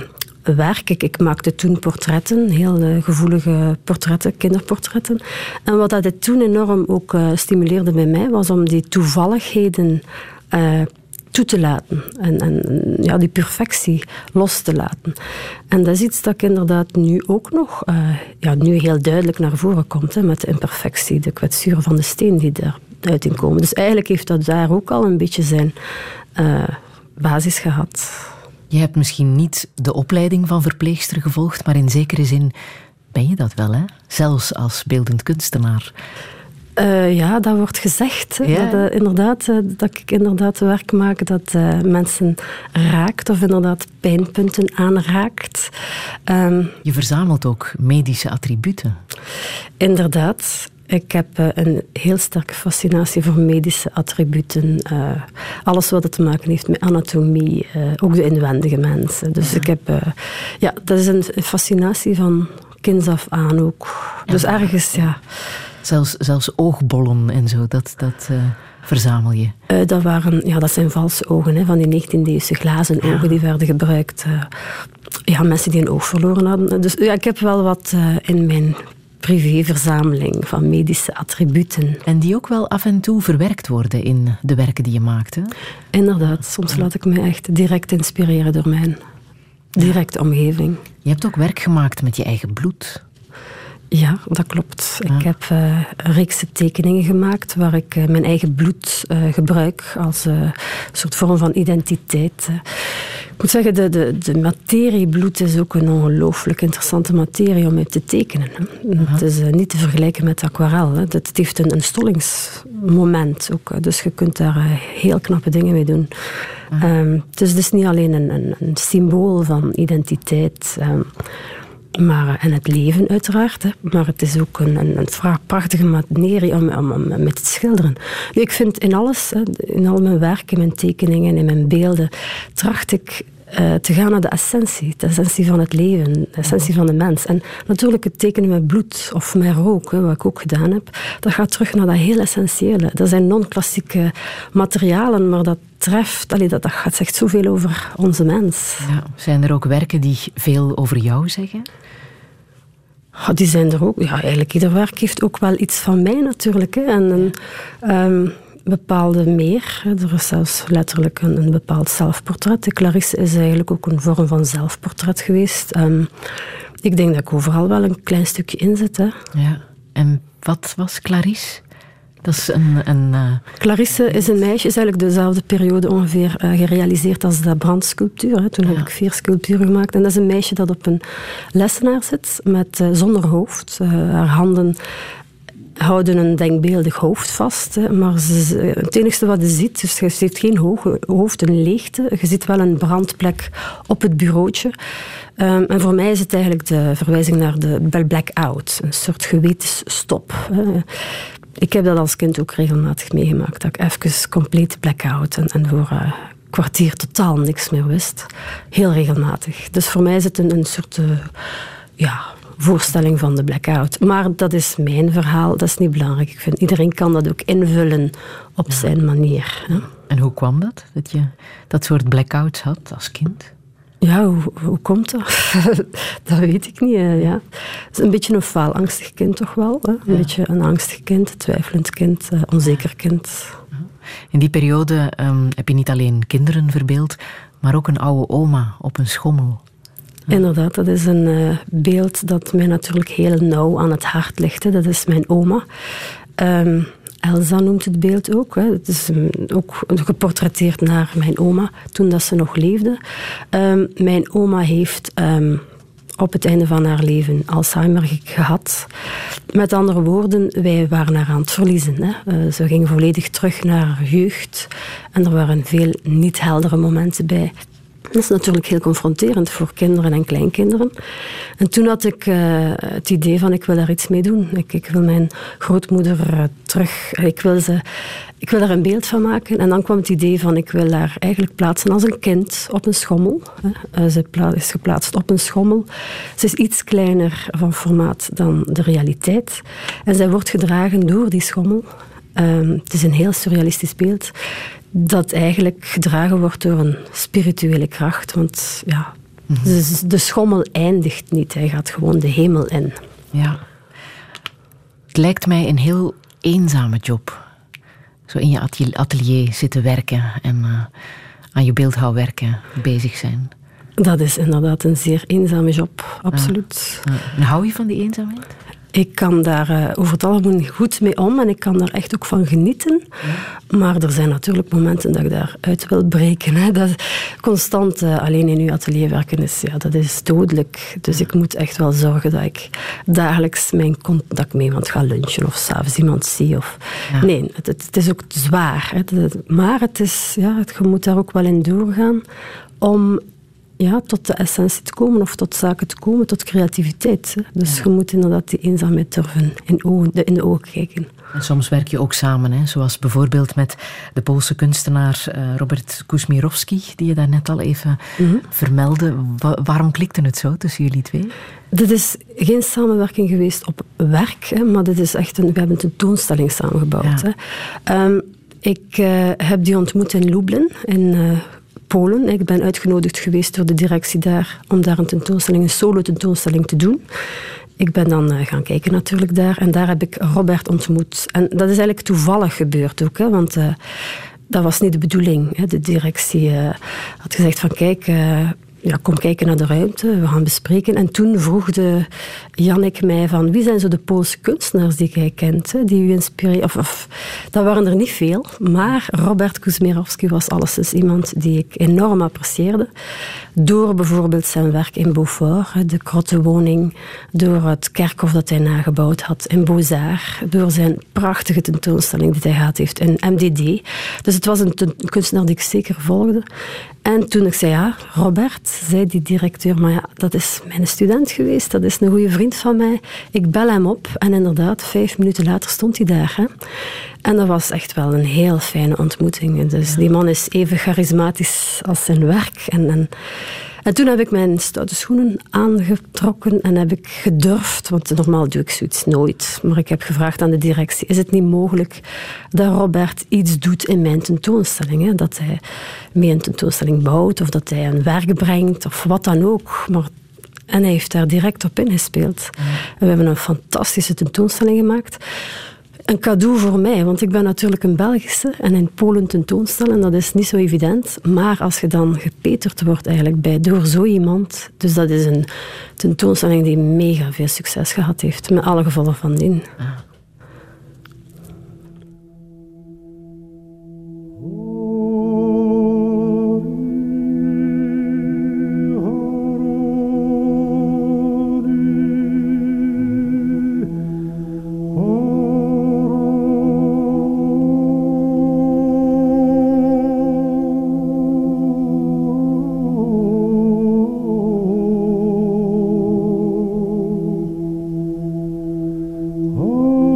werk. Ik maakte toen portretten, heel gevoelige portretten, kinderportretten. En wat dat toen enorm ook stimuleerde bij mij, was om die toevalligheden toe te laten. En die perfectie los te laten. En dat is iets dat ik inderdaad nu ook nog nu heel duidelijk naar voren komt. Hè, met de imperfectie, de kwetsuren van de steen die eruit inkomen. Dus eigenlijk heeft dat daar ook al een beetje zijn basis gehad. Je hebt misschien niet de opleiding van verpleegster gevolgd, maar in zekere zin ben je dat wel, hè? Zelfs als beeldend kunstenaar. Ja, dat wordt gezegd. Ja. Dat ik inderdaad werk maak dat mensen raakt of inderdaad pijnpunten aanraakt. Je verzamelt ook medische attributen. Inderdaad. Ik heb een heel sterke fascinatie voor medische attributen. Alles wat het te maken heeft met anatomie, ook de inwendige mensen. Dus ik heb... dat is een fascinatie van kinds af aan ook. Dus ergens, ja... Zelfs oogbollen en zo, dat verzamel je. Dat zijn valse ogen, hè, van die 19e-eeuwse glazen ogen die werden gebruikt. Mensen die een oog verloren hadden. Dus ik heb wel wat in mijn privéverzameling van medische attributen. En die ook wel af en toe verwerkt worden in de werken die je maakt, hè? Inderdaad, soms laat ik me echt direct inspireren door mijn directe omgeving. Je hebt ook werk gemaakt met je eigen bloed. Ja, dat klopt. Ik heb een reeks tekeningen gemaakt waar ik mijn eigen bloed gebruik als een soort vorm van identiteit. Ik moet zeggen, de materie bloed is ook een ongelooflijk interessante materie om mee te tekenen. Het is niet te vergelijken met aquarel. Het heeft een stollingsmoment ook. Dus je kunt daar heel knappe dingen mee doen. Dus het is niet alleen een symbool van identiteit... en het leven uiteraard, maar het is ook een prachtige materie om met te schilderen. Ik vind in alles, in al mijn werk, in mijn tekeningen, in mijn beelden, tracht ik te gaan naar de essentie van het leven, de essentie van de mens. En natuurlijk het tekenen met bloed of met rook, wat ik ook gedaan heb, dat gaat terug naar dat heel essentiële. Dat zijn non-klassieke materialen, maar dat treft, dat zegt zoveel over onze mens. Ja, zijn er ook werken die veel over jou zeggen? Die zijn er ook. Ja, eigenlijk ieder werk heeft ook wel iets van mij natuurlijk. Hè. En een bepaalde meer. Er is zelfs letterlijk een bepaald zelfportret. De Clarisse is eigenlijk ook een vorm van zelfportret geweest. Ik denk dat ik overal wel een klein stukje in zit. Hè. Ja. En wat was Clarisse? Dat is Clarisse is een meisje, is eigenlijk dezelfde periode ongeveer gerealiseerd als de brandsculptuur. Hè. Toen heb ik 4 sculpturen gemaakt. En dat is een meisje dat op een lessenaar zit, zonder hoofd. Haar handen houden een denkbeeldig hoofd vast. Hè. Maar het enige wat je ziet, dus je heeft geen hoofd, een leegte. Je ziet wel een brandplek op het bureautje. En voor mij is het eigenlijk de verwijzing naar de blackout. Een soort gewetensstop. Ik heb dat als kind ook regelmatig meegemaakt. Dat ik even compleet blackout en voor een kwartier totaal niks meer wist. Heel regelmatig. Dus voor mij is het een soort voorstelling van de blackout. Maar dat is mijn verhaal, dat is niet belangrijk. Ik vind iedereen kan dat ook invullen op zijn manier. Hè. En hoe kwam dat je dat soort blackouts had als kind? Ja, hoe komt dat? Dat weet ik niet. Ja. Het is een beetje een faalangstig kind toch wel. Hè? Een beetje een angstig kind, twijfelend kind, onzeker kind. In die periode heb je niet alleen kinderen verbeeld, maar ook een oude oma op een schommel. Inderdaad, dat is een beeld dat mij natuurlijk heel nauw aan het hart ligt. Hè. Dat is mijn oma. Elsa noemt het beeld ook. Hè. Het is ook geportretteerd naar mijn oma, toen dat ze nog leefde. Mijn oma heeft op het einde van haar leven Alzheimer gehad. Met andere woorden, wij waren haar aan het verliezen. Hè. Ze ging volledig terug naar haar jeugd. En er waren veel niet heldere momenten bij. Dat is natuurlijk heel confronterend voor kinderen en kleinkinderen. En toen had ik het idee van, ik wil daar iets mee doen. Ik wil mijn grootmoeder terug... Ik wil daar een beeld van maken. En dan kwam het idee van, ik wil haar eigenlijk plaatsen als een kind op een schommel. Ze is geplaatst op een schommel. Ze is iets kleiner van formaat dan de realiteit. En zij wordt gedragen door die schommel. Het is een heel surrealistisch beeld dat eigenlijk gedragen wordt door een spirituele kracht. Want ja, Dus de schommel eindigt niet. Hij gaat gewoon de hemel in. Ja. Het lijkt mij een heel eenzame job. Zo in je atelier zitten werken en aan je beeldhouwwerken bezig zijn. Dat is inderdaad een zeer eenzame job, absoluut. En hou je van die eenzaamheid? Ik kan daar over het algemeen goed mee om en ik kan daar echt ook van genieten. Ja. Maar er zijn natuurlijk momenten dat ik daaruit wil breken. Hè. Dat constant alleen in uw atelier werken dat is dodelijk. Dus ik moet echt wel zorgen dat ik dagelijks dat ik met iemand ga lunchen of 's avonds iemand zie. Nee, het is ook zwaar. Hè. Maar het is, je moet daar ook wel in doorgaan om tot de essentie te komen of tot zaken te komen, tot creativiteit. Hè. Dus je moet inderdaad die eenzaamheid durven in de ogen kijken. En soms werk je ook samen, hè? Zoals bijvoorbeeld met de Poolse kunstenaar Robert Kuśmierowski, die je daarnet al even vermeldde. Waarom klikte het zo tussen jullie twee? Dit is geen samenwerking geweest op werk, hè, maar dit is echt we hebben een tentoonstelling samengebouwd. Ja. Hè. Ik heb die ontmoet in Lublin, in Polen. Ik ben uitgenodigd geweest door de directie daar om daar een solo-tentoonstelling te doen. Ik ben dan gaan kijken natuurlijk daar en daar heb ik Robert ontmoet. En dat is eigenlijk toevallig gebeurd ook, hè, want dat was niet de bedoeling. Hè. De directie had gezegd van kijk, kom kijken naar de ruimte, we gaan bespreken. En toen vroeg Jannik mij van wie zijn zo de Poolse kunstenaars die jij kent, hè, die u inspireren? Dat waren er niet veel, maar Robert Kuśmierowski was alleszins iemand die ik enorm apprecieerde. Door bijvoorbeeld zijn werk in Beaufort, de krottenwoning, door het kerkhof dat hij nagebouwd had in Beaux-Arts, door zijn prachtige tentoonstelling die hij gehad heeft in MDD. Dus het was een kunstenaar die ik zeker volgde. En toen ik zei, Robert, zei die directeur, maar dat is mijn student geweest, dat is een goede vriend van mij. Ik bel hem op en inderdaad, 5 minuten later stond hij daar. Hè. En dat was echt wel een heel fijne ontmoeting. Dus die man is even charismatisch als zijn werk. En toen heb ik mijn stoute schoenen aangetrokken en heb ik gedurfd, want normaal doe ik zoiets nooit, maar ik heb gevraagd aan de directie, is het niet mogelijk dat Robert iets doet in mijn tentoonstelling? Hè? Dat hij mee een tentoonstelling bouwt of dat hij een werk brengt of wat dan ook. En hij heeft daar direct op ingespeeld. En we hebben een fantastische tentoonstelling gemaakt. Een cadeau voor mij, want ik ben natuurlijk een Belgische en in Polen tentoonstellen, dat is niet zo evident. Maar als je dan gepeterd wordt eigenlijk door zo iemand, dus dat is een tentoonstelling die mega veel succes gehad heeft, met alle gevolgen van dien. Oh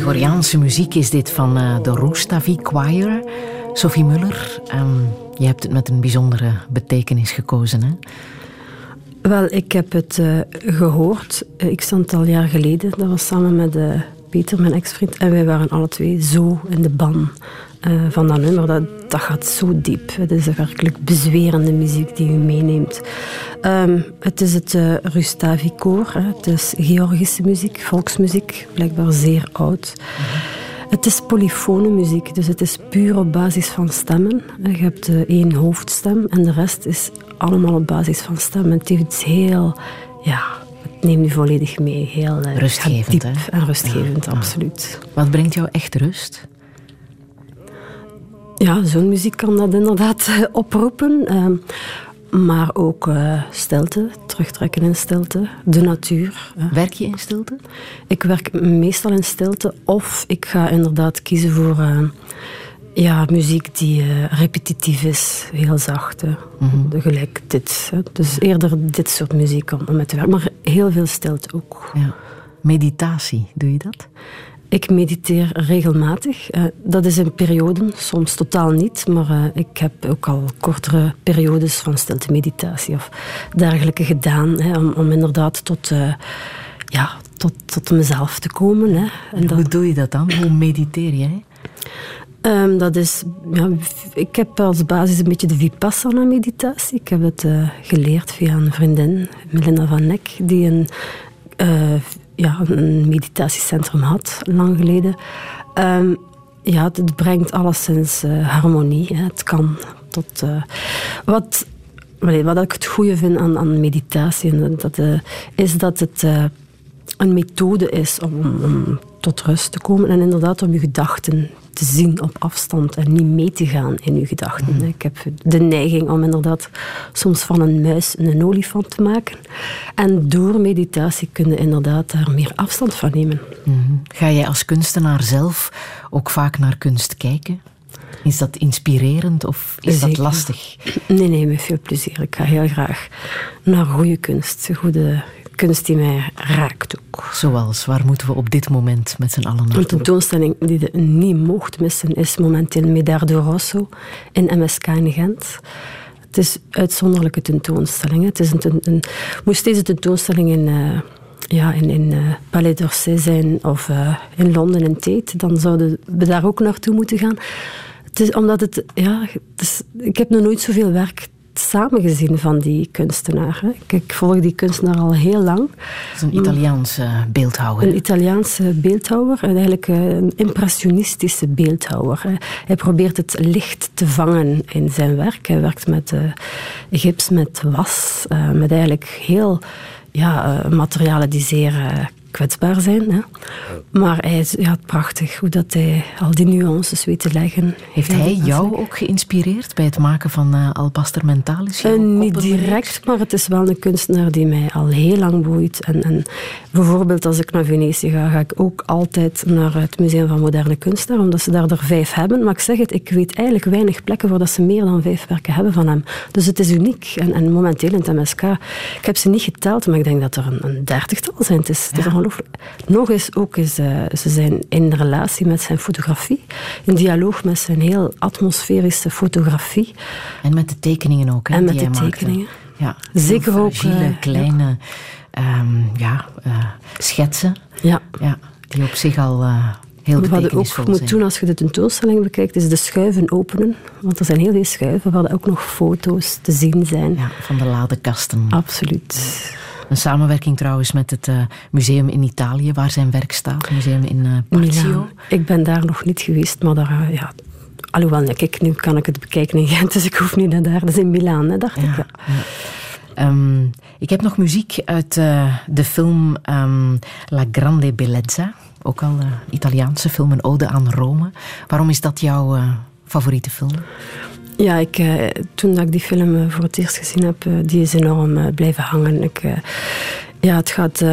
Gregoriaanse muziek is dit van de Roustavi Choir. Sophie Muller, je hebt het met een bijzondere betekenis gekozen, hè? Wel, ik heb het gehoord. Ik stond al jaar geleden. Dat was samen met Peter, mijn ex-vriend. En wij waren alle twee zo in de ban van dat nummer. Dat gaat zo diep. Het is werkelijk bezwerende muziek die u meeneemt. Het is het Roustavi koor. Het is Georgische muziek, volksmuziek. Blijkbaar zeer oud. Het is polyfone muziek, dus het is puur op basis van stemmen. Je hebt 1 hoofdstem en de rest is allemaal op basis van stemmen. Het heeft iets heel... Ja, het neemt u volledig mee. Heel rustgevend, diep hè? En rustgevend, absoluut. Wat brengt jou echt rust? Ja, zo'n muziek kan dat inderdaad oproepen. Maar ook stilte, terugtrekken in stilte, de natuur. Werk je in stilte? Ik werk meestal in stilte of ik ga inderdaad kiezen voor muziek die repetitief is, heel zacht. Gelijk dit. Dus eerder dit soort muziek om met te werken. Maar heel veel stilte ook. Ja. Meditatie, doe je dat? Ik mediteer regelmatig. Dat is in perioden, soms totaal niet. Maar ik heb ook al kortere periodes van stilte meditatie of dergelijke gedaan. Om inderdaad tot mezelf te komen. Hè. En hoe doe je dat dan? Hoe mediteer jij? Dat is... Ja, ik heb als basis een beetje de Vipassana-meditatie. Ik heb het geleerd via een vriendin, Melinda van Neck, die een meditatiecentrum had, lang geleden. Het brengt alleszins harmonie. Hè. Het kan tot... Wat ik het goede vind aan meditatie, is dat het een methode is om tot rust te komen en inderdaad om je gedachten te zien op afstand en niet mee te gaan in je gedachten. Ik heb de neiging om inderdaad soms van een muis een olifant te maken. En door meditatie kun je inderdaad daar meer afstand van nemen. Ga jij als kunstenaar zelf ook vaak naar kunst kijken? Is dat inspirerend of is dat lastig? Nee, met veel plezier. Ik ga heel graag naar goede kunst. Goede kunst die mij raakt ook. Zoals, waar moeten we op dit moment met z'n allen naartoe? Een tentoonstelling die je niet mocht missen is momenteel Medardo Rosso in MSK in Gent. Het is een uitzonderlijke tentoonstelling. Het is moest deze tentoonstelling in Palais d'Orsay zijn of in Londen in Tate, dan zouden we daar ook naartoe moeten gaan. Het is omdat ik heb nog nooit zoveel werk samengezien van die kunstenaar. Hè. Ik volg die kunstenaar al heel lang. Het is een Italiaanse beeldhouwer. Een Italiaanse beeldhouwer. En eigenlijk een impressionistische beeldhouwer. Hè. Hij probeert het licht te vangen in zijn werk. Hij werkt met gips, met was. Met eigenlijk heel materialen die zeer kwetsbaar zijn. Hè. Maar hij is prachtig hoe dat hij al die nuances weet te leggen. Heeft hij jou ook geïnspireerd bij het maken van Albaster Mentalis? Niet direct, maar het is wel een kunstenaar die mij al heel lang boeit. En bijvoorbeeld als ik naar Venetië ga ik ook altijd naar het Museum van Moderne Kunst, omdat ze daar er 5 hebben. Maar ik zeg het, ik weet eigenlijk weinig plekken waar dat ze meer dan 5 werken hebben van hem. Dus het is uniek. En momenteel in het MSK, ik heb ze niet geteld, maar ik denk dat er een 30-tal zijn. Het is ongelooflijk. Nog eens ook ze zijn in relatie met zijn fotografie, in dialoog met zijn heel atmosferische fotografie. En met de tekeningen ook, hè, en die met de tekeningen. Ja, zeker ook. Kleine schetsen. Ja, die op zich al heel betekenisvol zijn. Wat je ook moet doen als je de tentoonstelling bekijkt, is de schuiven openen. Want er zijn heel veel schuiven waar ook nog foto's te zien zijn. Ja, van de ladekasten. Absoluut. Een samenwerking trouwens met het museum in Italië, waar zijn werk staat. Het museum in Parzio. Milaan. Ik ben daar nog niet geweest, maar daar... alhoewel, nu kan ik het bekijken in Gent, dus ik hoef niet naar daar. Dat is in Milaan, hè, dacht ik. Ja. Ik heb nog muziek uit de film La Grande Bellezza. Ook al een Italiaanse film, een ode aan Rome. Waarom is dat jouw favoriete film? Ja, toen ik die film voor het eerst gezien heb, die is enorm blijven hangen. Het gaat...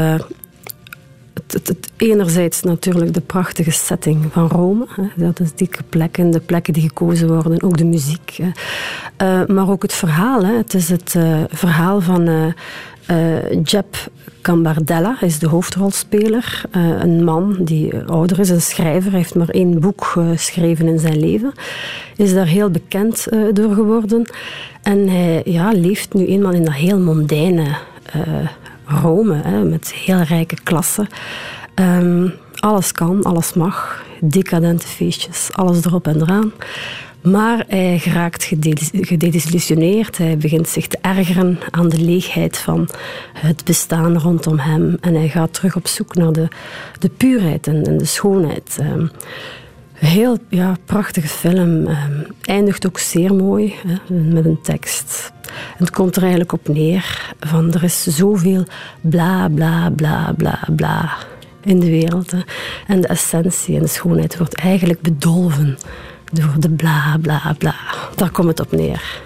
enerzijds natuurlijk de prachtige setting van Rome. Hè. Dat is die plekken, de plekken die gekozen worden. Ook de muziek. Maar ook het verhaal. Hè. Het is het verhaal van Jeb Cambardella is de hoofdrolspeler. Een man die ouder is, een schrijver. Hij heeft maar 1 boek geschreven in zijn leven. Is daar heel bekend door geworden. En hij leeft nu eenmaal in dat heel mondaine Rome, met heel rijke klassen. Alles kan, alles mag. Decadente feestjes, alles erop en eraan. Maar hij geraakt gedesillusioneerd. Hij begint zich te ergeren aan de leegheid van het bestaan rondom hem. En hij gaat terug op zoek naar de puurheid en de schoonheid. Heel prachtige film. Eindigt ook zeer mooi, met een tekst. En het komt er eigenlijk op neer van er is zoveel bla bla bla bla bla in de wereld. En de essentie en de schoonheid wordt eigenlijk bedolven door de bla bla bla. Daar komt het op neer.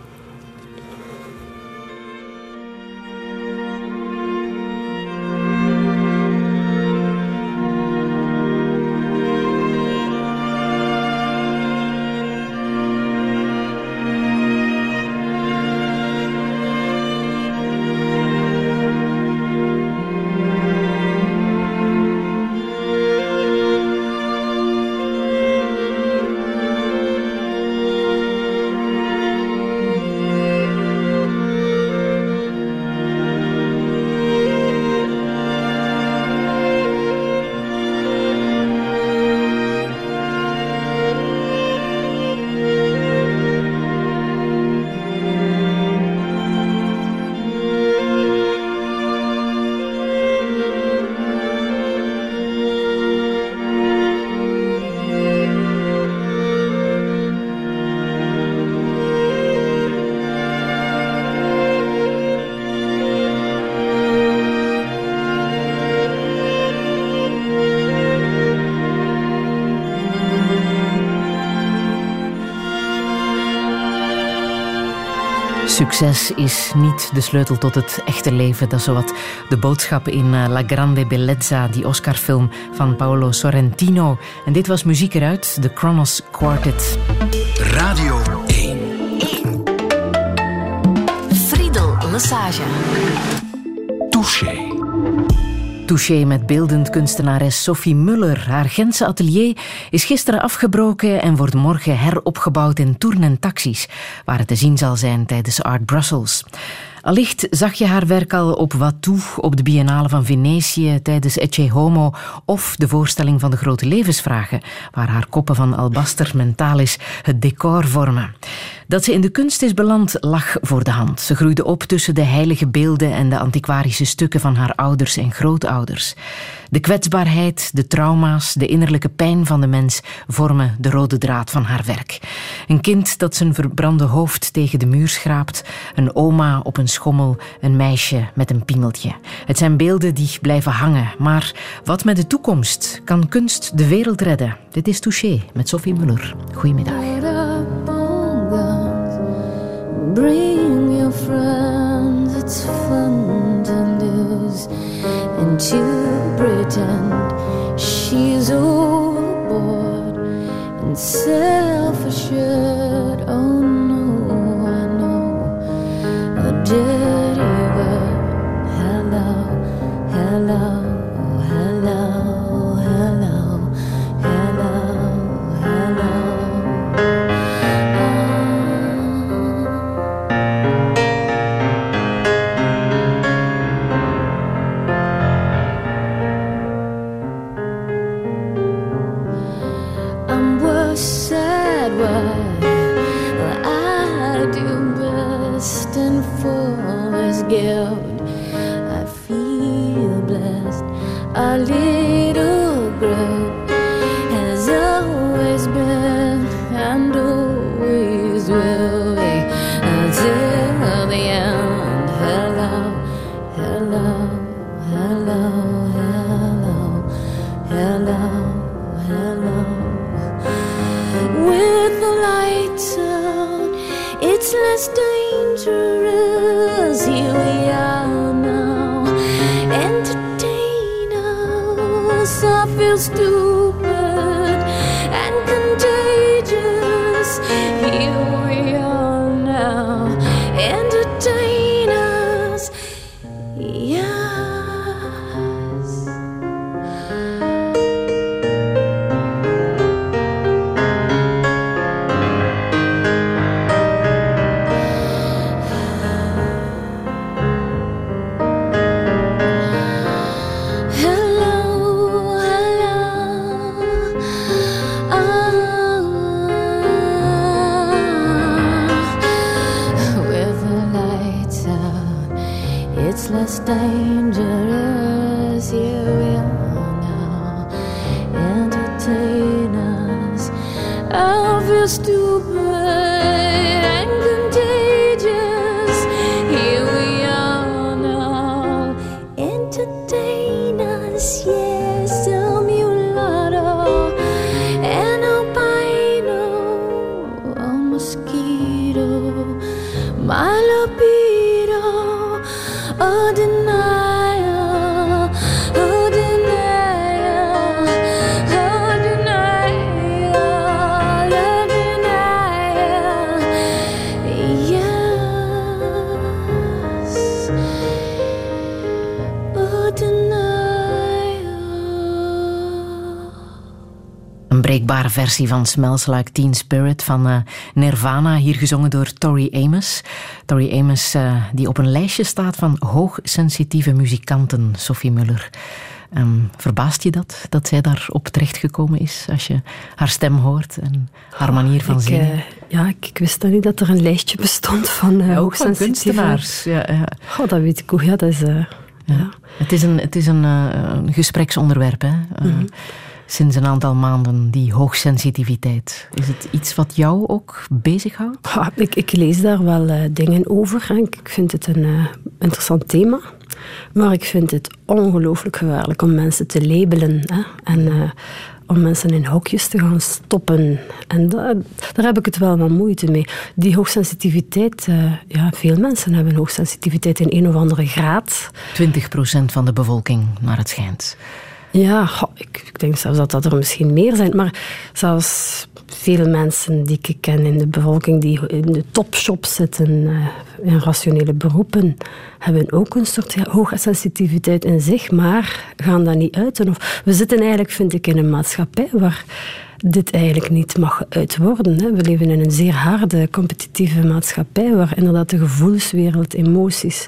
Succes is niet de sleutel tot het echte leven. Dat is zowat de boodschap in La Grande Bellezza, die Oscar-film van Paolo Sorrentino. En dit was muziek eruit, de Kronos Quartet. Radio 1. Friedel Lesage. Touché. Touché met beeldend kunstenares Sophie Muller. Haar Gentse atelier is gisteren afgebroken en wordt morgen heropgebouwd in Tourne en Taxis, waar het te zien zal zijn tijdens Art Brussels. Allicht zag je haar werk al op Watteau, op de Biennale van Venetië, tijdens Ecce Homo of de voorstelling van de grote levensvragen, waar haar koppen van albaster mentalis het decor vormen. Dat ze in de kunst is beland lag voor de hand. Ze groeide op tussen de heilige beelden en de antiquarische stukken van haar ouders en grootouders. De kwetsbaarheid, de trauma's, de innerlijke pijn van de mens vormen de rode draad van haar werk. Een kind dat zijn verbrande hoofd tegen de muur schraapt, een oma op een schommel, een meisje met een piemeltje. Het zijn beelden die blijven hangen. Maar wat met de toekomst? Kan kunst de wereld redden? Dit is Touché met Sophie Muller. Goedemiddag. Bring your friends, it's fun to lose and to pretend she's overboard and self-assured. Oh no, I know a dirty word. Hello, hello, hello, hello, hello, hello. Guilt, I feel blessed. Our little group has always been and always will be until the end. Hello, hello, hello, hello, hello, hello. With the lights out, it's less dangerous. Here we are now, entertain us. I feel stupid and contagious. Here we are now, entertain us. so stupid and contagious. Here we are now. Entertain us, yes, a mulatto, an albino, a mosquito, my libido, a denial, a denial, a denial, a denial, yes, a denial. Een breekbare versie van Smells Like Teen Spirit van Nirvana, hier gezongen door Tori Amos. Tori Amos die op een lijstje staat van hoogsensitieve muzikanten, Sophie Muller. Verbaast je dat zij daarop terechtgekomen is als je haar stem hoort en haar manier van zingen? Ik wist dan niet dat er een lijstje bestond van hoogsensitieve kunstenaars. Ja. Dat weet ik ook. Ja, dat is... Ja. Het is een gespreksonderwerp, hè? Sinds een aantal maanden, die hoogsensitiviteit. Is het iets wat jou ook bezighoudt? Ik lees daar wel dingen over. En ik vind het een interessant thema. Maar ik vind het ongelooflijk gevaarlijk om mensen te labelen. Hè? En om mensen in hokjes te gaan stoppen. En daar heb ik het wel wat moeite mee. Die hoogsensitiviteit, veel mensen hebben hoogsensitiviteit in een of andere graad. 20% van de bevolking, naar het schijnt. Ja, ik denk zelfs dat er misschien meer zijn. Maar zelfs veel mensen die ik ken in de bevolking die in de topshop zitten, in rationele beroepen, hebben ook een soort hoge sensitiviteit in zich, maar gaan dat niet uiten. Of we zitten eigenlijk, vind ik, in een maatschappij waar dit eigenlijk niet mag geuit worden. Hè. We leven in een zeer harde, competitieve maatschappij waar inderdaad de gevoelswereld, emoties,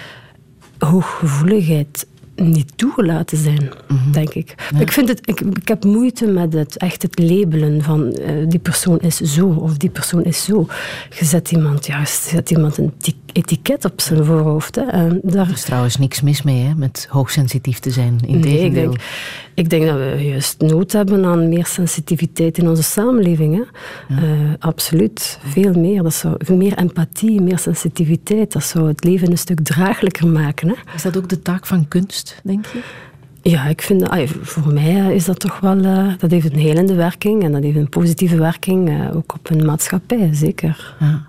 hooggevoeligheid niet toegelaten zijn, denk ik. Ja. Ik heb moeite met het labelen van die persoon is zo of die persoon is zo. Je zet iemand een etiket op zijn voorhoofd. Hè, en Er is trouwens niks mis mee, hè, met hoogsensitief te zijn. Integendeel. Ik denk dat we juist nood hebben aan meer sensitiviteit in onze samenleving. Hè. Ja. Absoluut. Veel meer. Dat zou, meer empathie, meer sensitiviteit. Dat zou het leven een stuk draaglijker maken. Hè. Is dat ook de taak van kunst, denk je? Ja, ik vind voor mij is dat toch wel... dat heeft een helende werking en dat heeft een positieve werking ook op een maatschappij, zeker. Ja.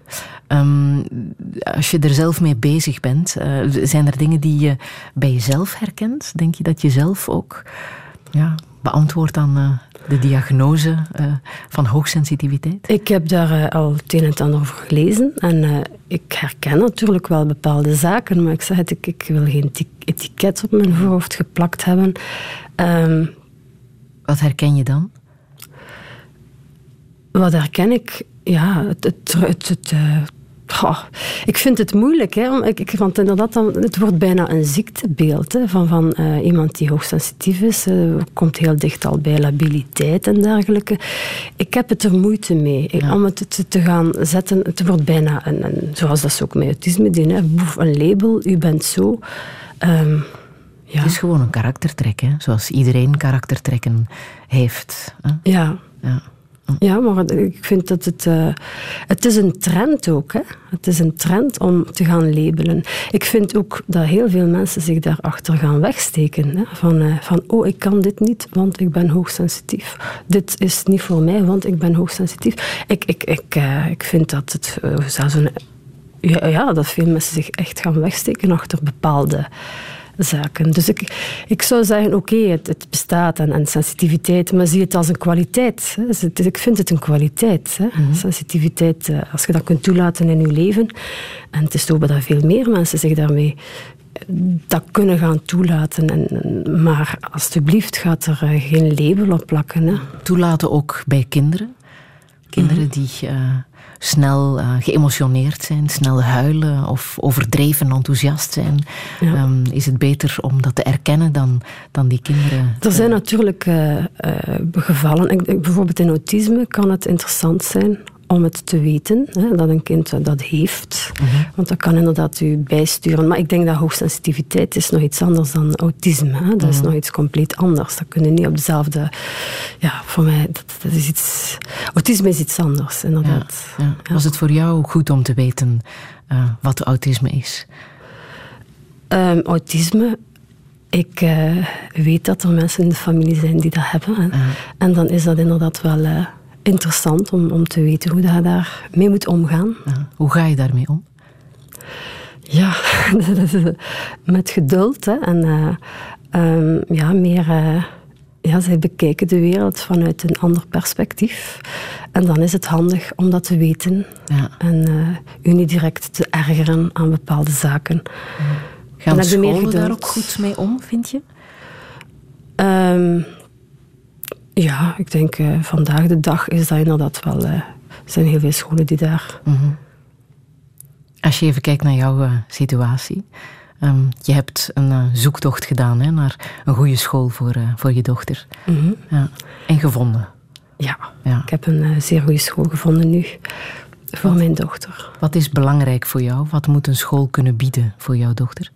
Als je er zelf mee bezig bent, zijn er dingen die je bij jezelf herkent? Denk je dat je zelf ook beantwoordt aan de diagnose van hoogsensitiviteit? Ik heb daar al het een en het ander over gelezen en ik herken natuurlijk wel bepaalde zaken, maar ik zeg het, ik wil geen etiket op mijn voorhoofd geplakt hebben. Wat herken je dan? Wat herken ik? Ja, ik vind het moeilijk, hè, want inderdaad, het wordt bijna een ziektebeeld hè, van iemand die hoogsensitief is. Komt heel dicht al bij labiliteit en dergelijke. Ik heb het er moeite mee om het te gaan zetten. Het wordt bijna zoals dat ze ook met autisme doen, hè, een label, u bent zo. Het is gewoon een karaktertrek, hè, zoals iedereen karaktertrekken heeft. Hè? Ja. Ja, maar ik vind dat het is een trend ook. Hè? Het is een trend om te gaan labelen. Ik vind ook dat heel veel mensen zich daarachter gaan wegsteken. Hè? Van, ik kan dit niet, want ik ben hoogsensitief. Dit is niet voor mij, want ik ben hoogsensitief. Ik vind dat het zelfs dat veel mensen zich echt gaan wegsteken achter bepaalde zaken. Dus ik zou zeggen, het bestaat en sensitiviteit, maar zie het als een kwaliteit. Hè. Ik vind het een kwaliteit. Hè. Sensitiviteit, als je dat kunt toelaten in je leven, en het is zo dat veel meer mensen zich daarmee dat kunnen gaan toelaten. Maar alsjeblieft gaat er geen label op plakken. Hè. Toelaten ook bij kinderen? Kinderen die snel geëmotioneerd zijn, snel huilen of overdreven enthousiast zijn. Ja. Is het beter om dat te erkennen dan die kinderen? Er zijn natuurlijk gevallen. Bijvoorbeeld in autisme kan het interessant zijn om het te weten, hè, dat een kind dat heeft. Want dat kan inderdaad u bijsturen. Maar ik denk dat hoogsensitiviteit is nog iets anders dan autisme. Hè. Dat is nog iets compleet anders. Dat kunnen niet op dezelfde... Ja, voor mij, dat is iets... Autisme is iets anders, inderdaad. Ja. Was het voor jou goed om te weten wat autisme is? Autisme... Ik weet dat er mensen in de familie zijn die dat hebben. En dan is dat inderdaad wel interessant om te weten hoe je daarmee moet omgaan. Hoe ga je daarmee om? Ja, met geduld. Hè. En meer... zij bekijken de wereld vanuit een ander perspectief. En dan is het handig om dat te weten. Ja. En u niet direct te ergeren aan bepaalde zaken. Gaan scholen daar ook goed mee om, vind je? Ja, ik denk vandaag de dag is dat inderdaad wel... Er zijn heel veel scholen die daar... Als je even kijkt naar jouw situatie... je hebt een zoektocht gedaan naar een goede school voor je dochter. Ja. En gevonden. Ja, ik heb een zeer goede school gevonden nu. Voor mijn dochter. Wat is belangrijk voor jou? Wat moet een school kunnen bieden voor jouw dochter?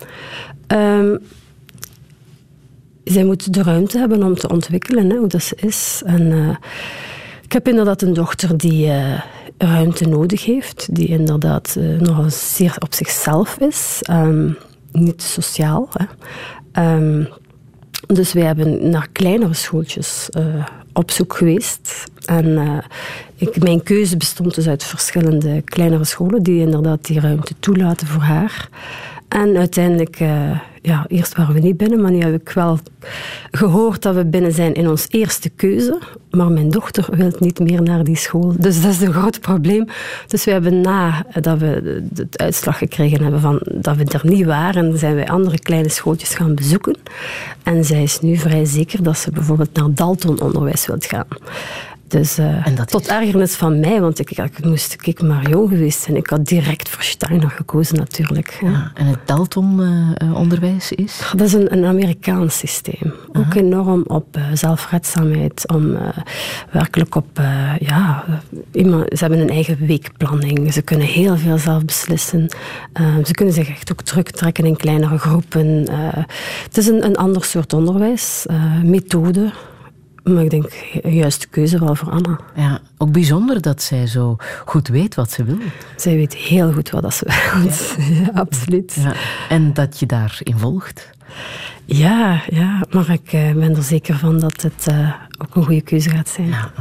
Zij moet de ruimte hebben om te ontwikkelen, hoe dat ze is. En ik heb inderdaad een dochter die ruimte nodig heeft. Die inderdaad nogal zeer op zichzelf is. Niet sociaal. Hè. Dus wij hebben naar kleinere schooltjes op zoek geweest. En mijn keuze bestond dus uit verschillende kleinere scholen die inderdaad die ruimte toelaten voor haar. En uiteindelijk, eerst waren we niet binnen, maar nu heb ik wel gehoord dat we binnen zijn in ons eerste keuze. Maar mijn dochter wil niet meer naar die school. Dus dat is een groot probleem. Dus we hebben nadat we de uitslag gekregen hebben van dat we er niet waren, zijn wij andere kleine schooltjes gaan bezoeken. En zij is nu vrij zeker dat ze bijvoorbeeld naar Dalton-onderwijs wil gaan. Dus tot ergernis van mij, want ik moest maar jong geweest zijn. Ik had direct voor Steiner gekozen natuurlijk. Ja, en het Dalton-onderwijs is? Dat is een Amerikaans systeem. Ook enorm op zelfredzaamheid. Om werkelijk op... ze hebben een eigen weekplanning. Ze kunnen heel veel zelf beslissen. Ze kunnen zich echt ook terugtrekken in kleinere groepen. Het is een ander soort onderwijs. Methode. Maar ik denk, een juiste keuze wel voor Anna. Ja, ook bijzonder dat zij zo goed weet wat ze wil. Zij weet heel goed wat ze wil. Ja, absoluut. Ja. En dat je daarin volgt? Ja, maar ik ben er zeker van dat het ook een goede keuze gaat zijn. Ja.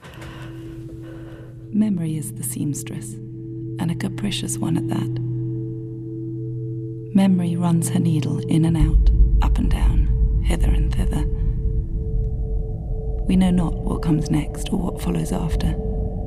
Memory is the seamstress, and a capricious one at that. Memory runs her needle in and out, up and down, hither and thither. We know not what comes next or what follows after.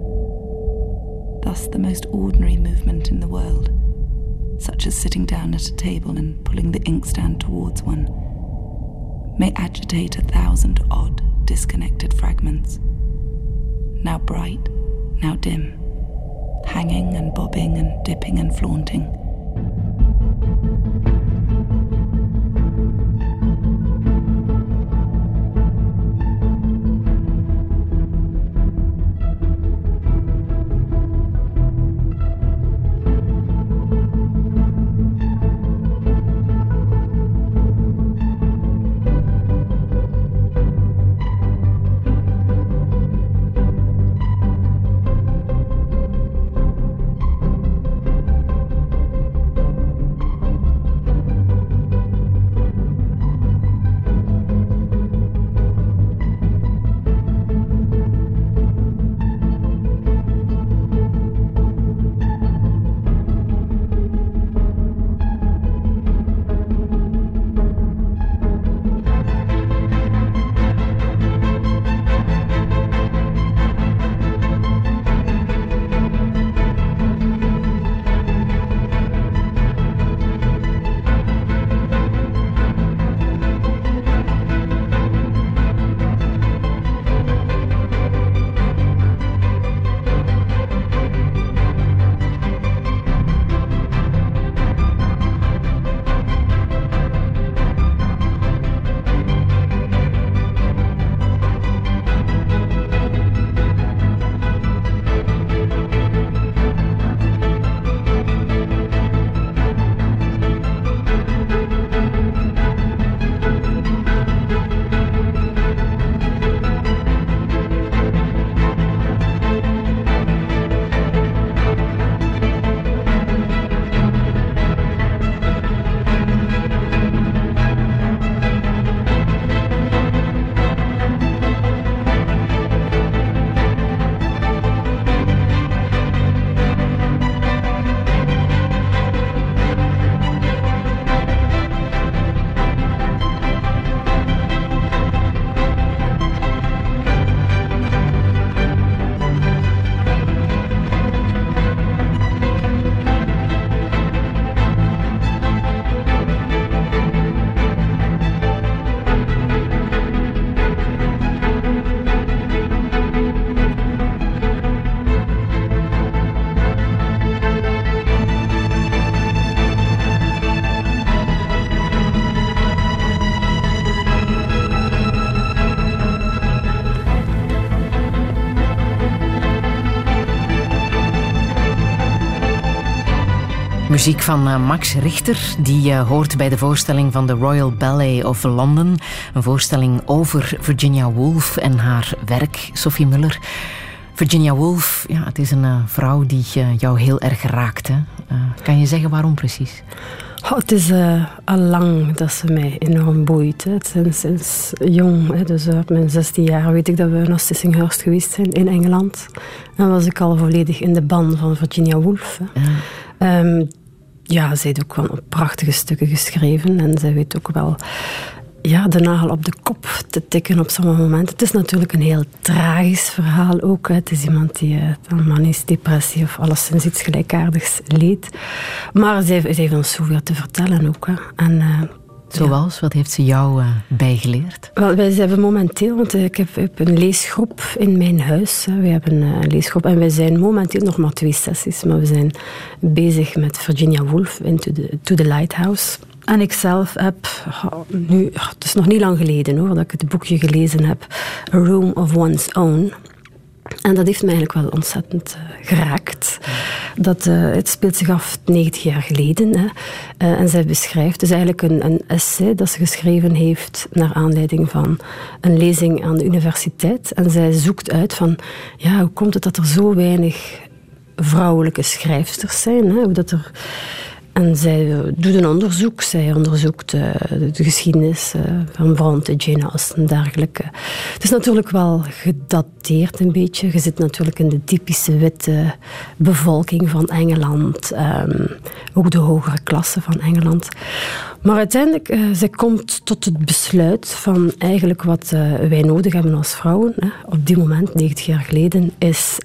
Thus the most ordinary movement in the world, such as sitting down at a table and pulling the inkstand towards one, may agitate 1,000 odd, disconnected fragments, now bright, now dim, hanging and bobbing and dipping and flaunting. Muziek van Max Richter, die je hoort bij de voorstelling van de Royal Ballet of London. Een voorstelling over Virginia Woolf en haar werk, Sophie Muller. Virginia Woolf, ja, het is een vrouw die jou heel erg raakt. Hè? Kan je zeggen waarom precies? Het is al lang dat ze mij enorm boeit. Hè. Sinds jong, hè. Dus op mijn 16 jaar weet ik dat we naar Sissinghurst geweest zijn in Engeland. En was ik al volledig in de ban van Virginia Woolf. Hè. Ja, zij heeft ook wel prachtige stukken geschreven. En zij weet ook wel de nagel op de kop te tikken op sommige momenten. Het is natuurlijk een heel tragisch verhaal ook. Hè. Het is iemand die aan manisch depressie of alleszins iets gelijkaardigs leed. Maar zij heeft ons zoveel te vertellen ook. Hè. En, zoals? Wat heeft ze jou bijgeleerd? Wel, wij hebben momenteel, want ik heb een leesgroep in mijn huis. Hè. We hebben een leesgroep en wij zijn momenteel nog maar 2 sessies. Maar we zijn bezig met Virginia Woolf, To the Lighthouse. En ik zelf heb, nu, het is nog niet lang geleden hoor, dat ik het boekje gelezen heb, A Room of One's Own. En dat heeft mij eigenlijk wel ontzettend geraakt. Het speelt zich af 90 jaar geleden. Hè. En zij beschrijft, dus eigenlijk een essay dat ze geschreven heeft naar aanleiding van een lezing aan de universiteit. En zij zoekt uit van, ja, hoe komt het dat er zo weinig vrouwelijke schrijfsters zijn? Hè? Hoe dat er... En zij doet een onderzoek. Zij onderzoekt de geschiedenis van Bronte, Jane Austen en dergelijke. Het is natuurlijk wel gedateerd een beetje. Je zit natuurlijk in de typische witte bevolking van Engeland. Ook de hogere klasse van Engeland. Maar uiteindelijk, zij komt tot het besluit van eigenlijk wat wij nodig hebben als vrouwen. Hè, op die moment, 90 jaar geleden, is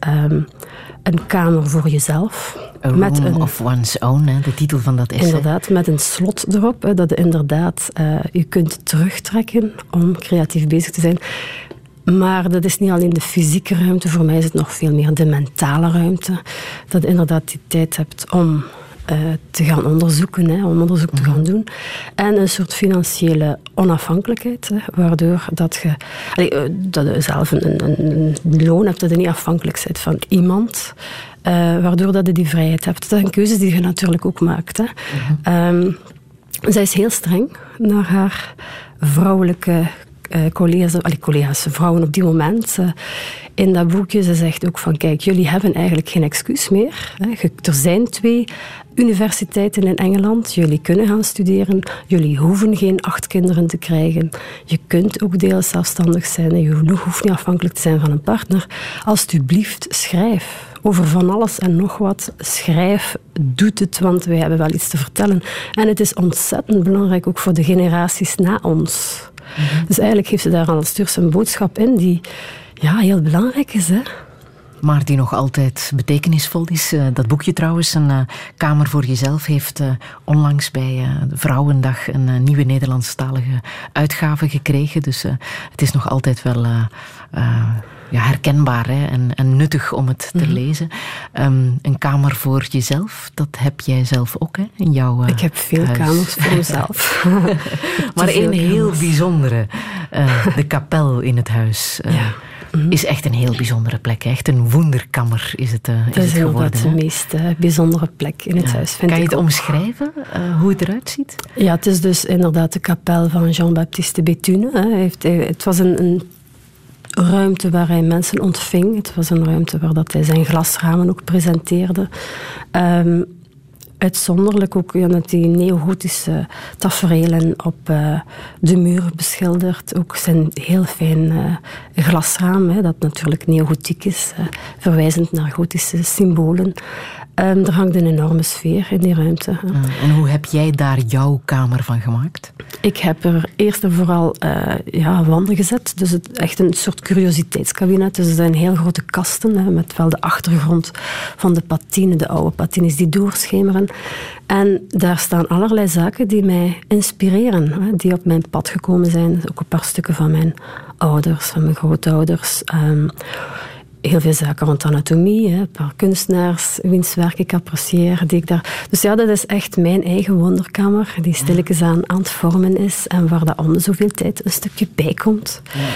een kamer voor jezelf. A Room of One's Own, hè, de titel van dat essay. Inderdaad, met een slot erop, hè, dat je inderdaad je kunt terugtrekken om creatief bezig te zijn. Maar dat is niet alleen de fysieke ruimte, voor mij is het nog veel meer de mentale ruimte. Dat je inderdaad die tijd hebt om te gaan onderzoeken, hè, om onderzoek te gaan doen. En een soort financiële onafhankelijkheid, hè, waardoor dat je zelf een loon hebt, dat je niet afhankelijk bent van iemand, waardoor dat je die vrijheid hebt. Dat zijn keuzes die je natuurlijk ook maakt. Hè. Zij is heel streng naar haar vrouwelijke collega's, vrouwen op die moment. In dat boekje, ze zegt ook van, kijk, jullie hebben eigenlijk geen excuus meer. Er zijn 2 universiteiten in Engeland. Jullie kunnen gaan studeren. Jullie hoeven geen 8 kinderen te krijgen. Je kunt ook deels zelfstandig zijn. Je hoeft niet afhankelijk te zijn van een partner. Alsjeblieft, schrijf. Over van alles en nog wat. Schrijf, doet het, want wij hebben wel iets te vertellen. En het is ontzettend belangrijk ook voor de generaties na ons. Dus eigenlijk geeft ze daar al stuurs een boodschap in die heel belangrijk is. Hè? Maar die nog altijd betekenisvol is. Dat boekje trouwens, Een kamer voor jezelf, heeft onlangs bij de Vrouwendag een nieuwe Nederlandstalige uitgave gekregen. Dus het is nog altijd wel herkenbaar, hè, en nuttig om het te lezen. Een kamer voor jezelf, dat heb jij zelf ook, hè, in jouw Ik heb veel huis. kamers voor mezelf. Maar een heel bijzondere, de kapel in het huis, is echt een heel bijzondere plek. Echt een wonderkammer is het geworden. Dat is inderdaad de meest bijzondere plek in het huis, vind ik. Kan je het omschrijven, hoe het eruit ziet? Ja, het is dus inderdaad de kapel van Jean-Baptiste Béthune. Het was een ruimte waar hij mensen ontving. Het was een ruimte waar dat hij zijn glasramen ook presenteerde. Uitzonderlijk ook met die neogotische taferelen op de muur beschilderd. Ook zijn heel fijn glasraam, dat natuurlijk neogotiek is, verwijzend naar gotische symbolen. Er hangt een enorme sfeer in die ruimte. En hoe heb jij daar jouw kamer van gemaakt? Ik heb er eerst en vooral wanden gezet. Dus echt een soort curiositeitskabinet. Dus er zijn heel grote kasten met wel de achtergrond van de patine, de oude patines die doorschemeren. En daar staan allerlei zaken die mij inspireren, die op mijn pad gekomen zijn. Ook een paar stukken van mijn ouders, van mijn grootouders. Heel veel zaken rond anatomie, een paar kunstenaars, wiens werk ik apprecieer. Dus ja, dat is echt mijn eigen wonderkamer, die stilletjes aan het vormen is en waar dat om de zoveel tijd een stukje bij komt.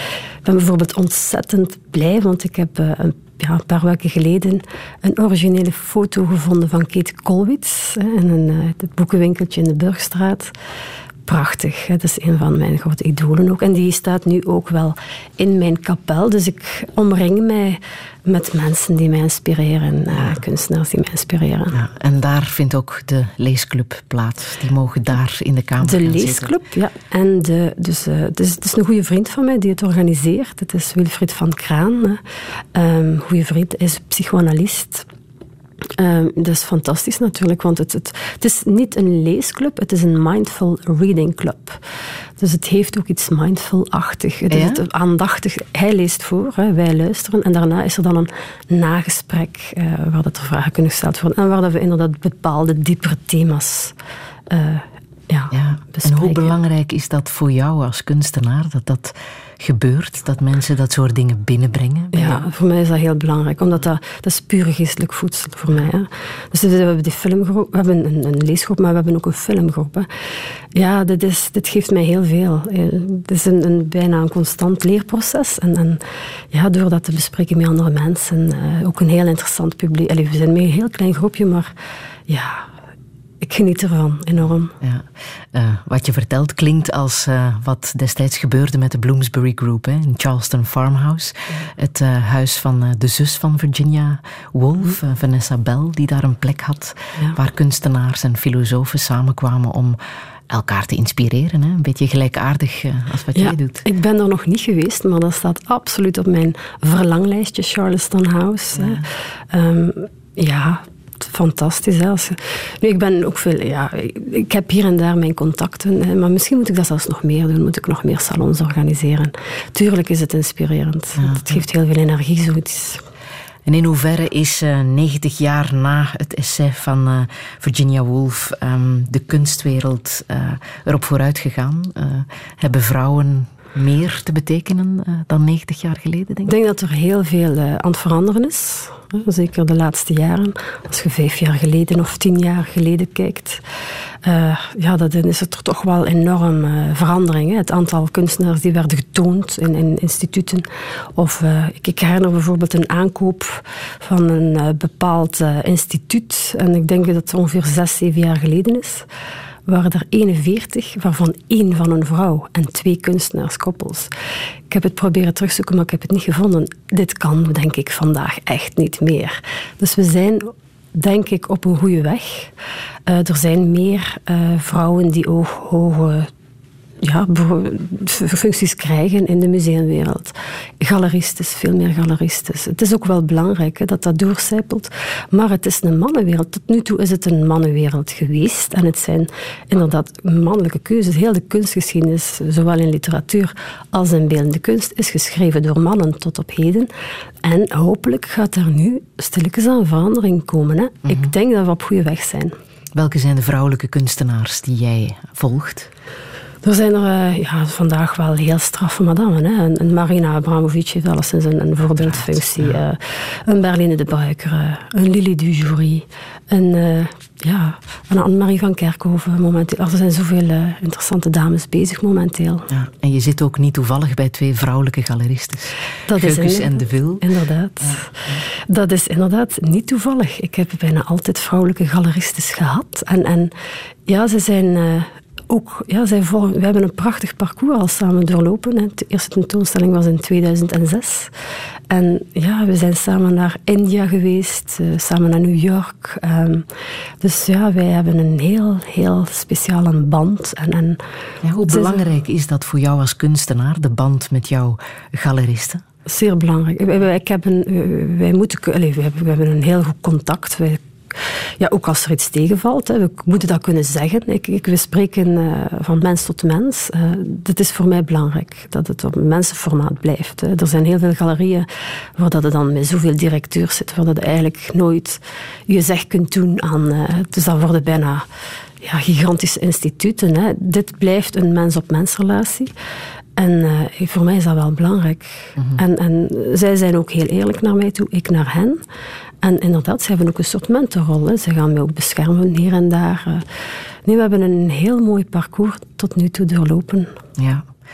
ben bijvoorbeeld ontzettend blij, want ik heb een paar weken geleden een originele foto gevonden van Kate Kollwitz in het boekenwinkeltje in de Burgstraat. Prachtig, dat is een van mijn grote idolen ook. En die staat nu ook wel in mijn kapel. Dus ik omring mij met mensen die mij inspireren. Kunstenaars die mij inspireren. Ja, en daar vindt ook de leesclub plaats. Die mogen daar in de kamer de gaan leesclub, zitten. ja. En het is een goede vriend van mij die het organiseert. Het is Wilfried van Kraan. Goede vriend, hij is psychoanalist. Dat is fantastisch natuurlijk, want het is niet een leesclub, het is een mindful reading club. Dus het heeft ook iets mindful-achtig. Het is het aandachtig. Hij leest voor, wij luisteren. En daarna is er dan een nagesprek waar dat er vragen kunnen gesteld worden. En waar dat we inderdaad bepaalde diepere thema's bespreken. En hoe belangrijk is dat voor jou als kunstenaar, dat gebeurt, dat mensen dat soort dingen binnenbrengen? Ja, voor mij is dat heel belangrijk, omdat dat is puur geestelijk voedsel voor mij. Hè. Dus we hebben die filmgroep, we hebben een leesgroep, maar we hebben ook een filmgroep. Hè. Ja, dit geeft mij heel veel. Het is bijna een constant leerproces. En door dat te bespreken met andere mensen, ook een heel interessant publiek. We zijn met een heel klein groepje, maar ja, ik geniet ervan, enorm. Ja. Wat je vertelt klinkt als wat destijds gebeurde met de Bloomsbury Group in Charleston Farmhouse. Ja. Het huis van de zus van Virginia Woolf, Vanessa Bell, die daar een plek had, waar kunstenaars en filosofen samenkwamen om elkaar te inspireren. Hè? Een beetje gelijkaardig als wat jij doet. Ik ben er nog niet geweest, maar dat staat absoluut op mijn verlanglijstje, Charleston House. Fantastisch. Hè? Ik ben ook veel... Ja, ik heb hier en daar mijn contacten, maar misschien moet ik dat zelfs nog meer doen. Moet ik nog meer salons organiseren. Tuurlijk is het inspirerend. Ja. Het geeft heel veel energie, zoiets. En in hoeverre is 90 jaar na het essay van Virginia Woolf de kunstwereld erop vooruit gegaan? Hebben vrouwen meer te betekenen dan 90 jaar geleden, denk ik? Ik denk dat er heel veel aan het veranderen is. Zeker de laatste jaren. Als je 5 jaar geleden of 10 jaar geleden kijkt, dan is er toch wel enorm verandering. Hè. Het aantal kunstenaars die werden getoond in instituten. Of ik herinner bijvoorbeeld een aankoop van een bepaald instituut. En ik denk dat het ongeveer 6, 7 jaar geleden is. Waren er 41, waarvan 1 van een vrouw en 2 kunstenaarskoppels. Ik heb het proberen terugzoeken, maar ik heb het niet gevonden. Dit kan, denk ik, vandaag echt niet meer. Dus we zijn, denk ik, op een goede weg. Er zijn meer vrouwen die hoge functies krijgen in de museumwereld. Galeristes, veel meer galeristes. Het is ook wel belangrijk dat dat doorcijpelt, maar het is een mannenwereld. Tot nu toe is het een mannenwereld geweest en het zijn inderdaad mannelijke keuzes. Heel de kunstgeschiedenis, zowel in literatuur als in beeldende kunst, is geschreven door mannen tot op heden. En hopelijk gaat er nu stilletjes aan verandering komen. Hè? Mm-hmm. Ik denk dat we op goede weg zijn. Welke zijn de vrouwelijke kunstenaars die jij volgt? Er zijn er vandaag wel heel straffe madammen. Hè. Een Marina Abramovic heeft alleszins een voorbeeldfunctie. Een Berline de Bruycker, een Lili Dujouri, een Anne-Marie van Kerkhoven momenteel. Er zijn zoveel interessante dames bezig momenteel. Ja, en je zit ook niet toevallig bij 2 vrouwelijke galeristes. Geukens en De Vil. Inderdaad. Ja. Dat is inderdaad niet toevallig. Ik heb bijna altijd vrouwelijke galeristes gehad. En ze zijn... we hebben een prachtig parcours al samen doorlopen. De eerste tentoonstelling was in 2006. En we zijn samen naar India geweest, samen naar New York. Dus wij hebben een heel, heel speciale band. Hoe belangrijk is dat voor jou als kunstenaar, de band met jouw galeristen? Zeer belangrijk. We hebben een heel goed contact. Ook als er iets tegenvalt, we moeten dat kunnen zeggen. We spreken van mens tot mens. Dat is voor mij belangrijk, dat het op mensenformaat blijft. Er zijn heel veel galerieën waar dat je dan met zoveel directeurs zit, waar dat je eigenlijk nooit je zeg kunt doen aan... Dus dat worden bijna gigantische instituten. Hè. Dit blijft een mens-op-mens relatie. En voor mij is dat wel belangrijk. Mm-hmm. En zij zijn ook heel eerlijk naar mij toe, ik naar hen. En inderdaad, ze hebben ook een soort mentorrol. Hè. Ze gaan mij ook beschermen hier en daar. We hebben een heel mooi parcours tot nu toe doorlopen. Ja.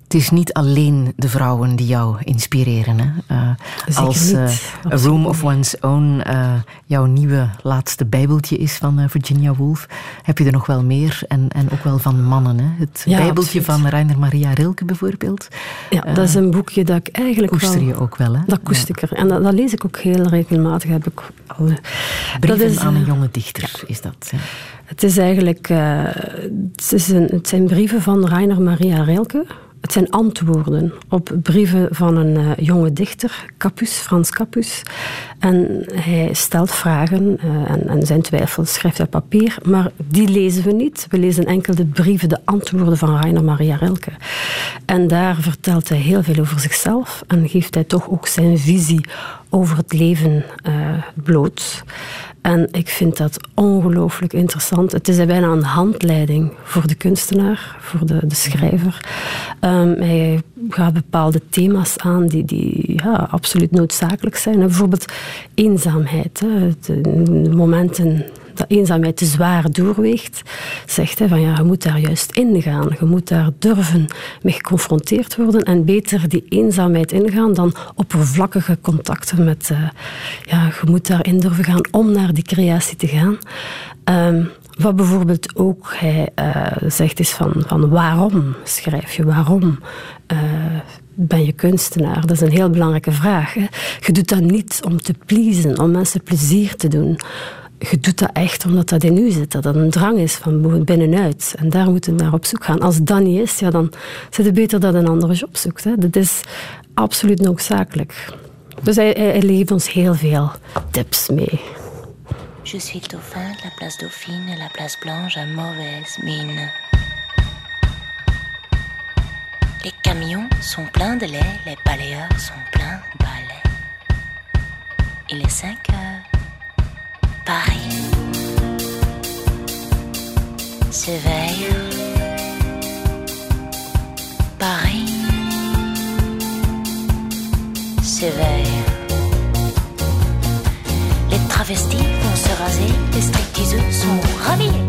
Het is niet alleen de vrouwen die jou inspireren. Hè? Als A Room of One's Own jouw nieuwe laatste bijbeltje is van Virginia Woolf, heb je er nog wel meer en ook wel van mannen. Hè? Het bijbeltje van Rainer Maria Rilke bijvoorbeeld. Ja, dat is een boekje dat ik eigenlijk koester je ook wel, hè? Dat koester ik er. En dat lees ik ook heel regelmatig. Heb ik al, Brieven aan een jonge dichter is dat. Hè? Het is eigenlijk... het zijn brieven van Rainer Maria Rilke. Het zijn antwoorden op brieven van een jonge dichter, Frans Capus. En hij stelt vragen en zijn twijfels schrijft op papier. Maar die lezen we niet. We lezen enkel de brieven, de antwoorden van Rainer Maria Rilke. En daar vertelt hij heel veel over zichzelf. En geeft hij toch ook zijn visie over het leven bloot. En ik vind dat ongelooflijk interessant. Het is bijna een handleiding voor de kunstenaar, voor de schrijver. Hij gaat bepaalde thema's aan die absoluut noodzakelijk zijn. En bijvoorbeeld eenzaamheid. De momenten dat eenzaamheid te zwaar doorweegt, zegt hij van je moet daar juist ingaan. Je moet daar durven mee geconfronteerd worden en beter die eenzaamheid ingaan dan oppervlakkige contacten met... je moet daarin durven gaan om naar die creatie te gaan. Wat bijvoorbeeld ook hij zegt is van waarom schrijf je, waarom ben je kunstenaar? Dat is een heel belangrijke vraag. Hè? Je doet dat niet om te pleasen, om mensen plezier te doen. Je doet dat echt omdat dat in u zit, dat dat een drang is van binnenuit. En daar moeten we naar op zoek gaan. Als dat niet is, dan is het beter dat een andere job zoekt. Hè. Dat is absoluut noodzakelijk. Dus hij geeft ons heel veel tips mee. Je suis dauphin, la place Dauphine et la place Blanche à mauvaise mine. Les camions sont pleins de lait, les balayeurs sont pleins de balais. Il est 5 heures. Paris s'éveille. Paris s'éveille. Les travestis vont se raser, les stripteaseux sont rhabillés.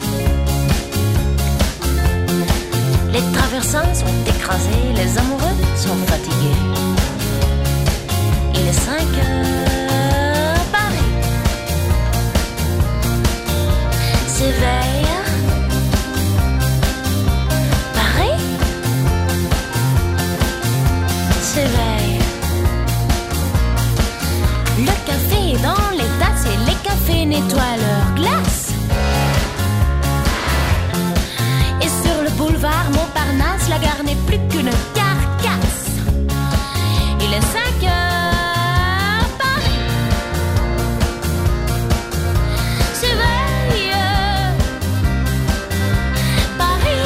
Les traversins sont écrasés, les amoureux sont fatigués. Il est 5 heures, Paris s'éveille. Paris s'éveille. Le café est dans les tasses et les cafés nettoient leurs glaces. Et sur le boulevard Montparnasse, la gare n'est plus qu'une carcasse. Il est 5 heures, Paris s'éveille. Paris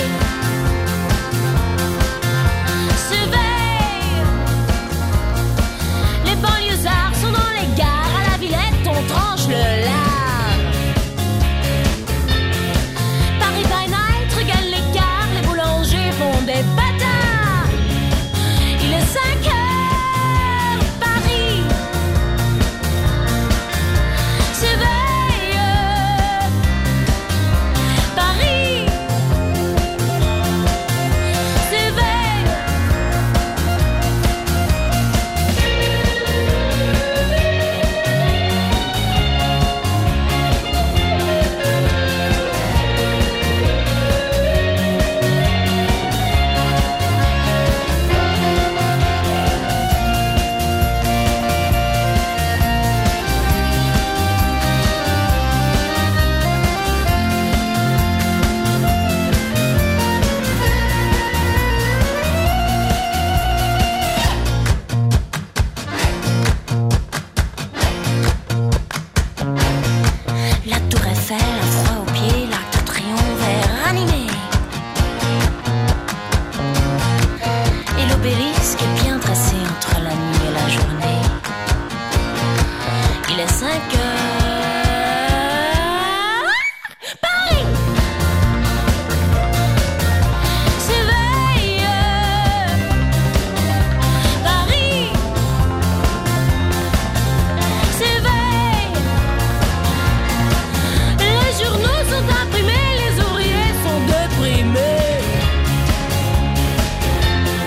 s'éveille. Les banlieusards sont dans les gares, à la Villette on tranche le lard. Paris by night regagne l'écart, les boulangers font des bâtards. Il est 5 heures, Paris s'éveille. Paris s'éveille. La tour Eiffel a froid aux pieds, l'Arc de Triomphe est ranimé. Et l'obélisque est bien dressé entre la nuit et la journée. Il est 5 heures. Paris s'éveille. Paris s'éveille. Les journaux sont imprimés, les ouvriers sont déprimés.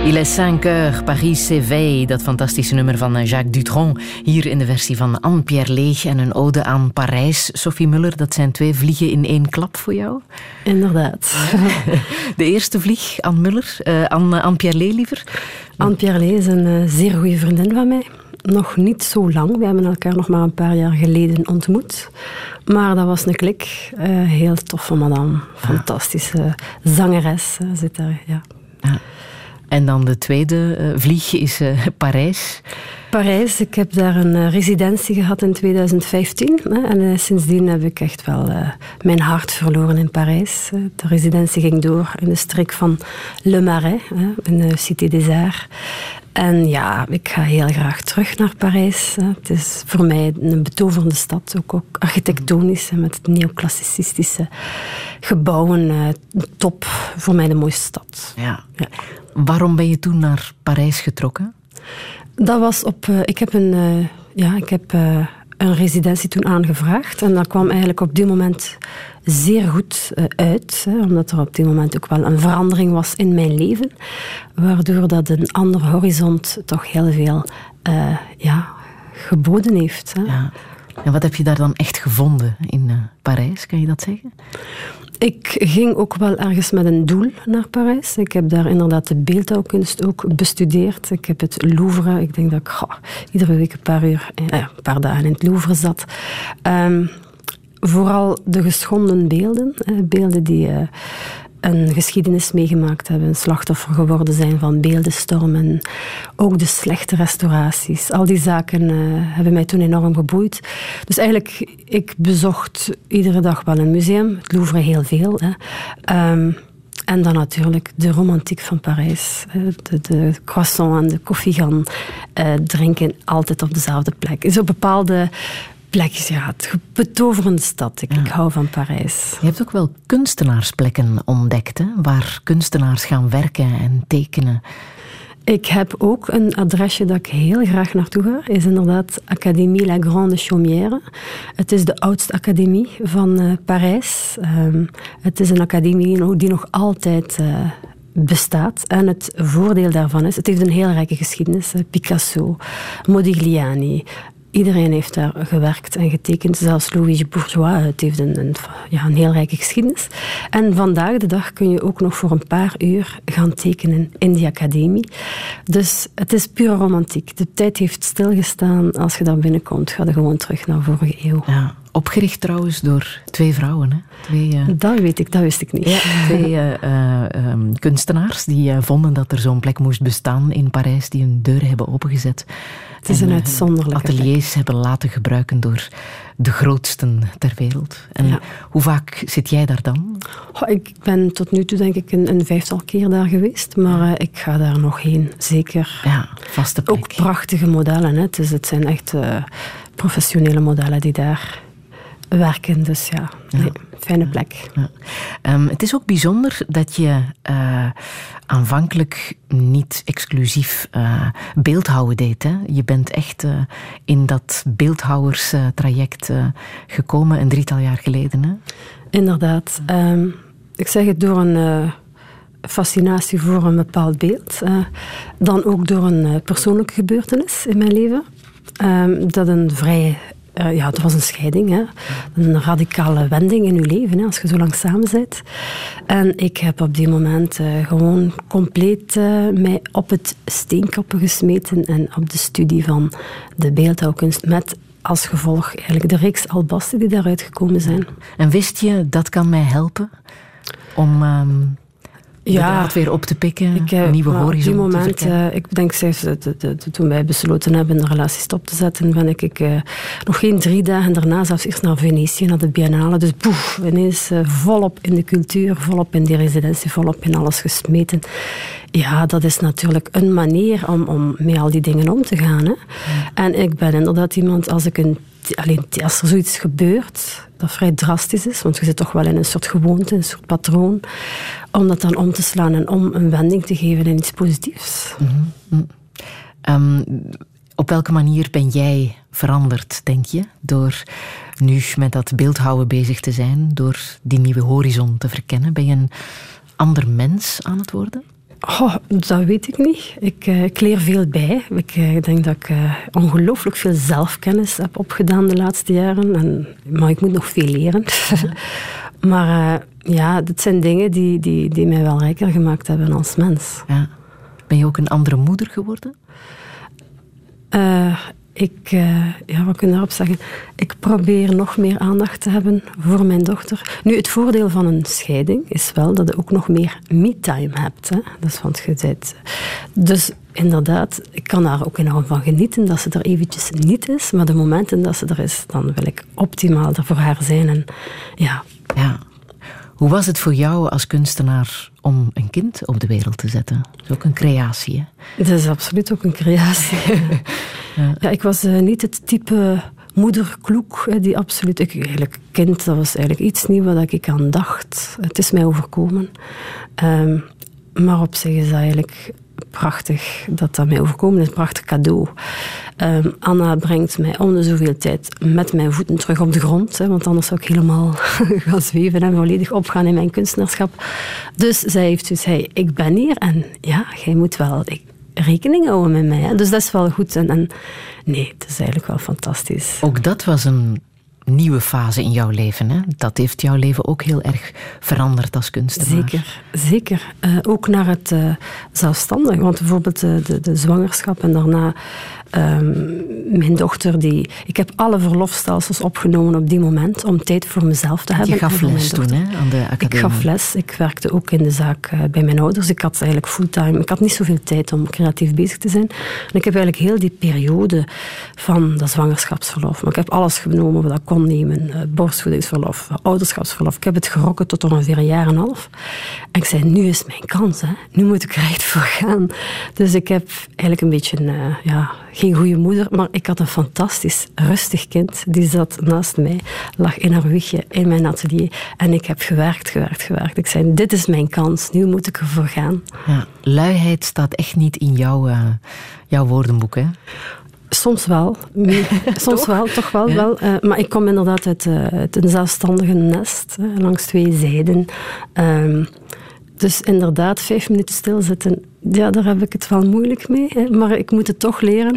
Il est 5 heures, Paris s'éveille, dat fantastische nummer van Jacques Dutronc, hier in de versie van Anne-Pierre Leeg en een ode aan Parijs. Sophie Muller, dat zijn 2 vliegen in 1 klap voor jou? Inderdaad. De eerste vlieg, Anne-Pierre Leeg liever? Anne-Pierre Leeg is een zeer goede vriendin van mij. Nog niet zo lang. We hebben elkaar nog maar een paar jaar geleden ontmoet. Maar dat was een klik. Heel toffe madame. Fantastische zangeres. Zit daar, ja. En dan de tweede vlieg is Parijs. Parijs, ik heb daar een residentie gehad in 2015. En sindsdien heb ik echt wel mijn hart verloren in Parijs. De residentie ging door in de streek van Le Marais, in de Cité des Arts. En ja, ik ga heel graag terug naar Parijs. Het is voor mij een betoverende stad, ook architectonisch, met neoclassicistische gebouwen. Top, voor mij de mooiste stad. Ja. Waarom ben je toen naar Parijs getrokken? Dat was ik heb een residentie toen aangevraagd. En dat kwam eigenlijk op die moment zeer goed uit. Omdat er op die moment ook wel een verandering was in mijn leven. Waardoor dat een ander horizont toch heel veel geboden heeft. Ja. En wat heb je daar dan echt gevonden in Parijs? Kan je dat zeggen? Ik ging ook wel ergens met een doel naar Parijs. Ik heb daar inderdaad de beeldhouwkunst ook bestudeerd. Ik heb het Louvre, ik denk dat ik iedere week een paar dagen in het Louvre zat. Vooral de geschonden beelden. Beelden die een geschiedenis meegemaakt hebben, een slachtoffer geworden zijn van beeldenstormen. Ook de slechte restauraties. Al die zaken hebben mij toen enorm geboeid. Dus eigenlijk, ik bezocht iedere dag wel een museum. Het Louvre heel veel. En dan natuurlijk de romantiek van Parijs. De croissant en de koffie gaan drinken altijd op dezelfde plek. Is op bepaalde plekjes, het betoverende stad. Ik hou van Parijs. Je hebt ook wel kunstenaarsplekken ontdekt, hè? Waar kunstenaars gaan werken en tekenen. Ik heb ook een adresje dat ik heel graag naartoe ga. Is inderdaad Académie La Grande Chaumière. Het is de oudste academie van Parijs. Het is een academie die nog altijd bestaat. En het voordeel daarvan is, het heeft een heel rijke geschiedenis. Picasso, Modigliani. Iedereen heeft daar gewerkt en getekend. Zelfs Louis Bourgeois. Het heeft een heel rijke geschiedenis. En vandaag de dag kun je ook nog voor een paar uur gaan tekenen in die academie. Dus het is pure romantiek. De tijd heeft stilgestaan. Als je daar binnenkomt, ga je gewoon terug naar vorige eeuw. Ja. Opgericht trouwens door 2 vrouwen. Hè? Dat wist ik niet. Ja, 2 kunstenaars die vonden dat er zo'n plek moest bestaan in Parijs, die hun deuren hebben opengezet. Het is een uitzonderlijke ateliers plek. Hebben laten gebruiken door de grootsten ter wereld. En hoe vaak zit jij daar dan? Ik ben tot nu toe denk ik een 5-tal keer daar geweest. Maar ik ga daar nog heen, zeker. Ja, vaste plek. Ook prachtige modellen. Hè. Dus het zijn echt professionele modellen die daar werken. Dus fijne plek. Ja. Het is ook bijzonder dat je aanvankelijk niet exclusief beeldhouwen deed. Hè? Je bent echt in dat beeldhouwerstraject gekomen een 3-tal jaar geleden. Hè? Inderdaad. Ik zeg het door een fascinatie voor een bepaald beeld. Dan ook door een persoonlijke gebeurtenis in mijn leven. Dat was een scheiding. Hè. Een radicale wending in je leven, hè, als je zo lang samen bent. En ik heb op die moment gewoon compleet mij op het steenkappen gesmeten en op de studie van de beeldhouwkunst met als gevolg eigenlijk de reeks albasten die daaruit gekomen zijn. En wist je, dat kan mij helpen om de draad weer op te pikken, een nieuwe horizon te verkennen? Ik denk zelfs toen wij besloten hebben de relatie stop te zetten, ben ik nog geen 3 dagen daarna zelfs eerst naar Venetië, naar de Biennale. Dus ineens volop in de cultuur, volop in die residentie, volop in alles gesmeten. Ja, dat is natuurlijk een manier om met al die dingen om te gaan. Hè. En ik ben inderdaad iemand, als er zoiets gebeurt, dat vrij drastisch is, want je zit toch wel in een soort gewoonte, een soort patroon, om dat dan om te slaan en om een wending te geven in iets positiefs. Op welke manier ben jij veranderd, denk je, door nu met dat beeldhouden bezig te zijn, door die nieuwe horizon te verkennen? Ben je een ander mens aan het worden? Dat weet ik niet. Ik leer veel bij. Ik denk dat ik ongelooflijk veel zelfkennis heb opgedaan de laatste jaren. Maar ik moet nog veel leren. Maar dit zijn dingen die mij wel rijker gemaakt hebben als mens. Ja. Ben je ook een andere moeder geworden? Wat kun je daarop zeggen? Ik probeer nog meer aandacht te hebben voor mijn dochter. Nu, het voordeel van een scheiding is wel dat je ook nog meer me-time hebt. Hè? Dat is want je bent. Dus inderdaad, ik kan daar ook enorm van genieten dat ze er eventjes niet is. Maar de momenten dat ze er is, dan wil ik optimaal er voor haar zijn. En ja. Hoe was het voor jou als kunstenaar om een kind op de wereld te zetten? Dat is ook een creatie, hè? Dat is absoluut ook een creatie. Ja, ik was niet het type moederkloek die absoluut... Eigenlijk kind, dat was eigenlijk iets nieuws wat ik aan dacht. Het is mij overkomen. Maar op zich is dat eigenlijk prachtig dat mij overkomen is. Een prachtig cadeau. Anna brengt mij om de zoveel tijd met mijn voeten terug op de grond. Want anders zou ik helemaal gaan zweven en volledig opgaan in mijn kunstenaarschap. Dus zij heeft zoiets, ik ben hier en ja, jij moet wel rekening houden met mij. Hè. Dus dat is wel goed. En nee, het is eigenlijk wel fantastisch. Ook dat was een nieuwe fase in jouw leven. Hè? Dat heeft jouw leven ook heel erg veranderd als kunstenaar. Zeker. Ook naar het zelfstandig. Want bijvoorbeeld de zwangerschap en daarna mijn dochter. Ik heb alle verlofstelsels opgenomen op die moment om tijd voor mezelf te hebben. Je gaf les toen, hè, aan de academie? Ik gaf les. Ik werkte ook in de zaak bij mijn ouders. Ik had eigenlijk fulltime. Ik had niet zoveel tijd om creatief bezig te zijn. En ik heb eigenlijk heel die periode van dat zwangerschapsverlof. Maar ik heb alles genomen wat ik kon nemen. Borstvoedingsverlof, ouderschapsverlof. Ik heb het gerokken tot ongeveer 1,5 jaar. En ik zei, nu is mijn kans. Hè. Nu moet ik er echt voor gaan. Dus ik heb eigenlijk een beetje... geen goede moeder, maar ik had een fantastisch rustig kind. Die zat naast mij, lag in haar wiegje in mijn atelier. En ik heb gewerkt. Ik zei, dit is mijn kans, nu moet ik ervoor gaan. Ja, luiheid staat echt niet in jouw woordenboek, hè? Soms wel. Toch wel. Maar ik kom inderdaad uit een zelfstandige nest, langs 2 zijden. Dus inderdaad, 5 minuten stilzitten, ja, daar heb ik het wel moeilijk mee. Hè. Maar ik moet het toch leren.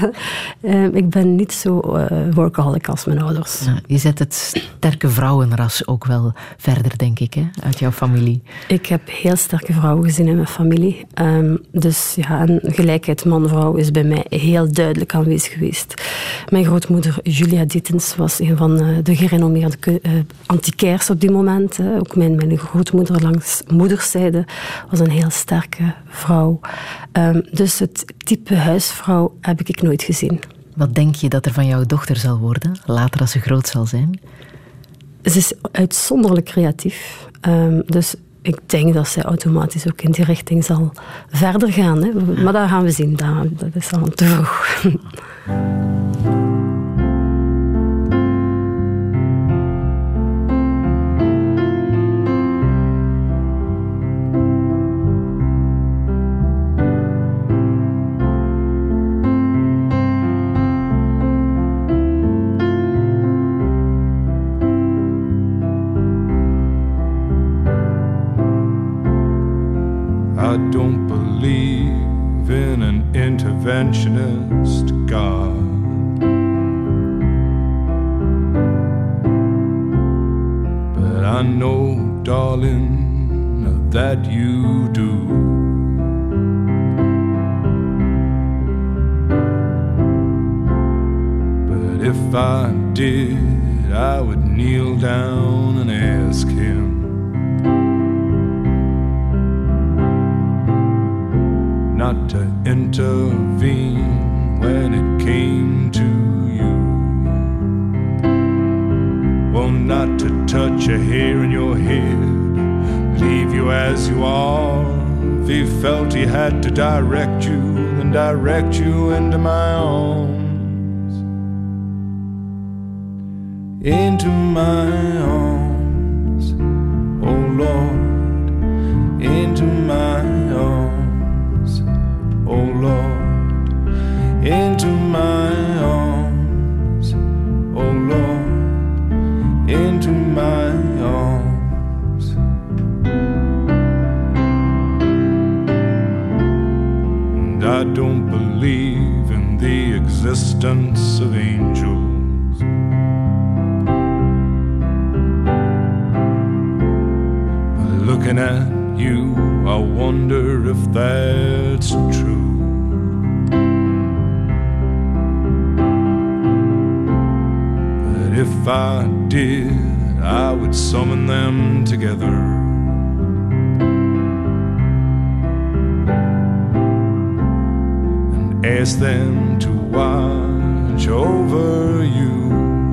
Ik ben niet zo workaholic als mijn ouders. Ja, je zet het sterke vrouwenras ook wel verder, denk ik, hè, uit jouw familie. Ik heb heel sterke vrouwen gezien in mijn familie. Dus ja, en gelijkheid man-vrouw is bij mij heel duidelijk aanwezig geweest. Mijn grootmoeder Julia Dietens was een van de gerenommeerde antiquairs op die moment. Hè. Ook mijn grootmoeder langs moederszijde was een heel sterke vrouw. Dus het type huisvrouw heb ik nooit gezien. Wat denk je dat er van jouw dochter zal worden, later als ze groot zal zijn? Ze is uitzonderlijk creatief. Dus ik denk dat zij automatisch ook in die richting zal verder gaan. Hè. Maar dat gaan we zien. Dat is al te vroeg. I don't believe in an interventionist God. But I know, darling, that you do. But if I did, I would kneel down and ask him not to intervene when it came to you. Well, not to touch a hair in your head, leave you as you are. If he felt he had to direct you, then direct you into my arms. Into my arms, oh Lord, into my arms, oh Lord, into my arms, oh Lord, into my arms. don't believe in the existence of angels. But looking at you, I wonder if that's true. But if I did, I would summon them together. Ask them to watch over you.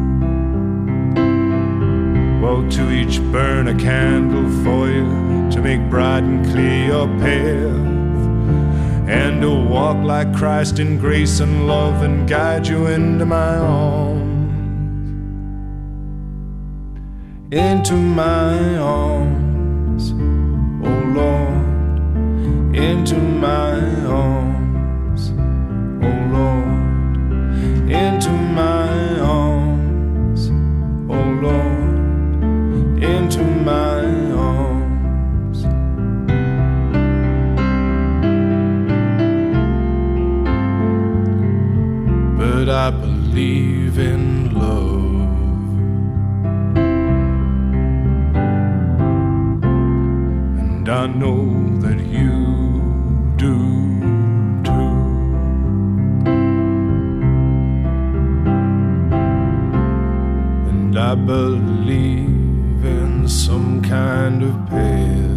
Well, to each burn a candle for you, to make bright and clear your path, and to walk like Christ in grace and love and guide you into my arms, into my arms, oh Lord, into my arms. Oh Lord, into my arms. Oh Lord, into my arms. But I believe in love, and I know that you do. I believe in some kind of path.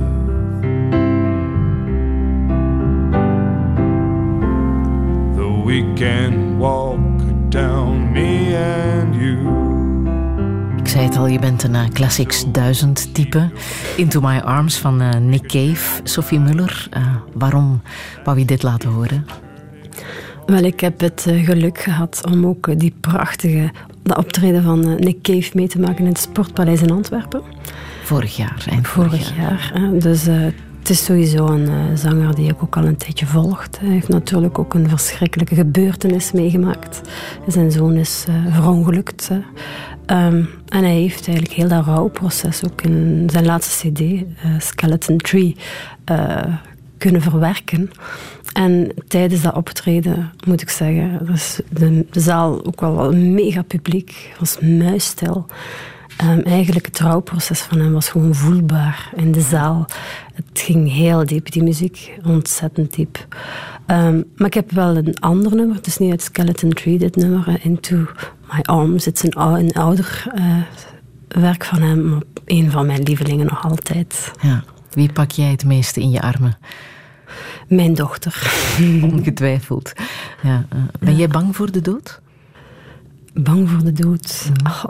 Though we can walk down, me and you. Ik zei het al, je bent een Classics 1000 type. Into My Arms van Nick Cave. Sophie Muller, waarom wou je dit laten horen? Wel, ik heb het geluk gehad om ook die prachtige dat optreden van Nick Cave mee te maken in het Sportpaleis in Antwerpen. Vorig jaar. Vorig jaar. Dus het is sowieso een zanger die ik ook al een tijdje volgt. Hij heeft natuurlijk ook een verschrikkelijke gebeurtenis meegemaakt. Zijn zoon is verongelukt. En hij heeft eigenlijk heel dat rouwproces ook in zijn laatste cd, Skeleton Tree, kunnen verwerken. En tijdens dat optreden, moet ik zeggen, was de zaal ook wel een mega publiek. Het was muisstil. Eigenlijk het rouwproces van hem was gewoon voelbaar in de zaal. Het ging heel diep, die muziek. Ontzettend diep. Maar ik heb wel een ander nummer. Het is niet uit Skeleton Tree, dit nummer. Into My Arms. Het is een ouder werk van hem. Maar een van mijn lievelingen nog altijd. Ja. Wie pak jij het meeste in je armen? Mijn dochter. Ongetwijfeld. Ja, ben jij bang voor de dood? Bang voor de dood?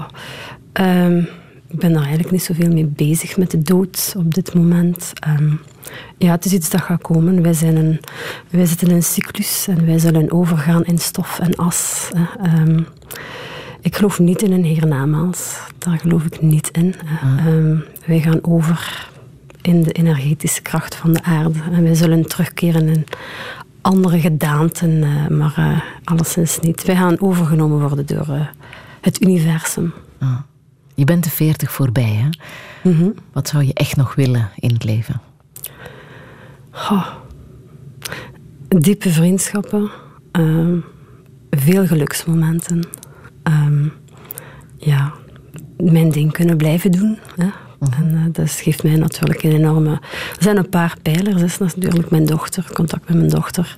Ik ben daar eigenlijk niet zoveel mee bezig met de dood op dit moment. Ja, het is iets dat gaat komen. Wij zitten in een cyclus en wij zullen overgaan in stof en as. Ik geloof niet in een hiernamaals. Daar geloof ik niet in. Wij gaan over in de energetische kracht van de aarde. En wij zullen terugkeren in andere gedaanten, maar alleszins niet. Wij gaan overgenomen worden door het universum. Ah. Je bent de 40 voorbij, hè? Mm-hmm. Wat zou je echt nog willen in het leven? Diepe vriendschappen. Veel geluksmomenten. Ja, mijn ding kunnen blijven doen, hè? En dat geeft mij natuurlijk een enorme... Er zijn een paar pijlers. Dat is natuurlijk mijn dochter, contact met mijn dochter.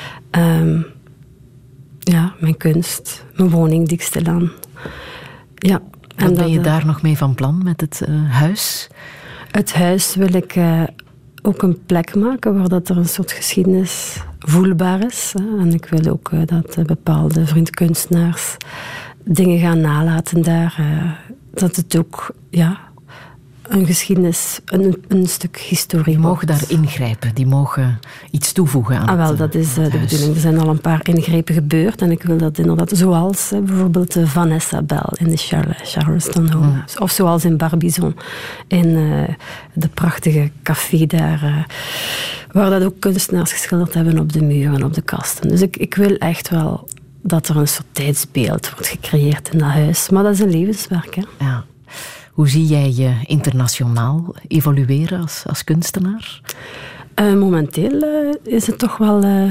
Ja, mijn kunst, mijn woning die ik stilaan. Ja. Wat ben je daar nog mee van plan met het huis? Het huis wil ik ook een plek maken waar dat er een soort geschiedenis voelbaar is. Hè. En ik wil ook dat bepaalde vriendkunstenaars dingen gaan nalaten daar. Dat het ook... Ja, een geschiedenis, een stuk historie. Die mogen daar ingrijpen, die mogen iets toevoegen aan wel, dat is de bedoeling. Er zijn al een paar ingrepen gebeurd en ik wil dat inderdaad, zoals bijvoorbeeld Vanessa Bell in de Charleston Home. Of zoals in Barbizon, in de prachtige café daar, waar dat ook kunstenaars geschilderd hebben op de muren en op de kasten. Dus ik wil echt wel dat er een soort tijdsbeeld wordt gecreëerd in dat huis. Maar dat is een levenswerk, hè. Ja. Hoe zie jij je internationaal evolueren als kunstenaar? Momenteel is het toch wel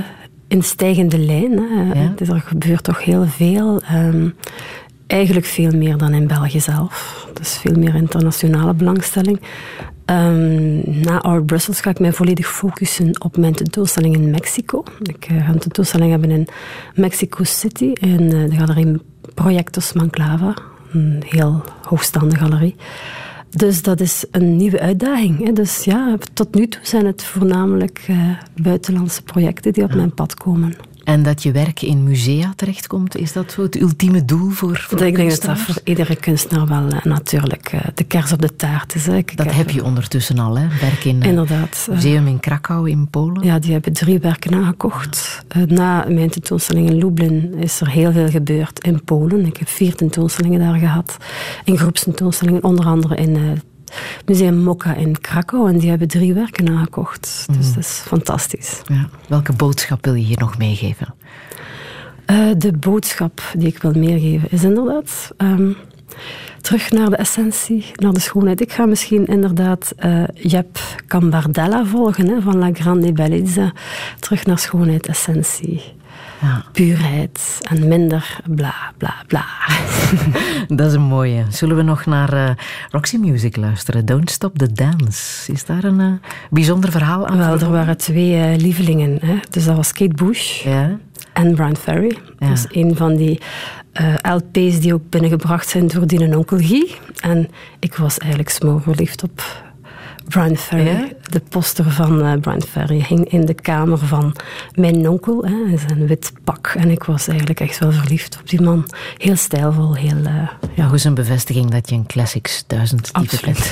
in stijgende lijn. Hè. Ja? Er gebeurt toch heel veel. Eigenlijk veel meer dan in België zelf. Dus veel meer internationale belangstelling. Na Art Brussels ga ik mij volledig focussen op mijn tentoonstelling in Mexico. Ik ga een tentoonstelling hebben in Mexico City, in de galerie Proyectos Monclava. Een heel hoogstaande galerie. Dus dat is een nieuwe uitdaging. Hè. Dus ja, tot nu toe zijn het voornamelijk buitenlandse projecten die op mijn pad komen. En dat je werk in musea terechtkomt, is dat het ultieme doel voor ik denk dat dat voor iedere kunstenaar wel natuurlijk de kers op de taart is. Hè. Dat heb je ondertussen al, hè? Werk in inderdaad. Museum in Krakau in Polen. Ja, die hebben 3 werken aangekocht. Na mijn tentoonstelling in Lublin is er heel veel gebeurd in Polen. Ik heb 4 tentoonstellingen daar gehad. In groepstentoonstellingen, onder andere in Museum Mokka in Krakau. En die hebben 3 werken aangekocht. Dus dat is fantastisch. Ja. Welke boodschap wil je hier nog meegeven? De boodschap die ik wil meegeven is inderdaad terug naar de essentie, naar de schoonheid. Ik ga misschien inderdaad Jep Cambardella volgen, hè, van La Grande Bellezza. Terug naar schoonheid, essentie. Ja. Puurheid en minder bla, bla, bla. Dat is een mooie. Zullen we nog naar Roxy Music luisteren? Don't Stop the Dance. Is daar een bijzonder verhaal aan? Wel, er waren 2 lievelingen. Hè. Dus dat was Kate Bush en Bryan Ferry. Ja. Dat is een van die LP's die ook binnengebracht zijn door die onkel Guy. En ik was eigenlijk smoorverliefd op Bryan Ferry. Ja? De poster van Bryan Ferry hing in de kamer van mijn onkel, hè, in zijn wit pak. En ik was eigenlijk echt wel verliefd op die man. Heel stijlvol, heel... Nog eens een bevestiging dat je een Classics 1000 type bent.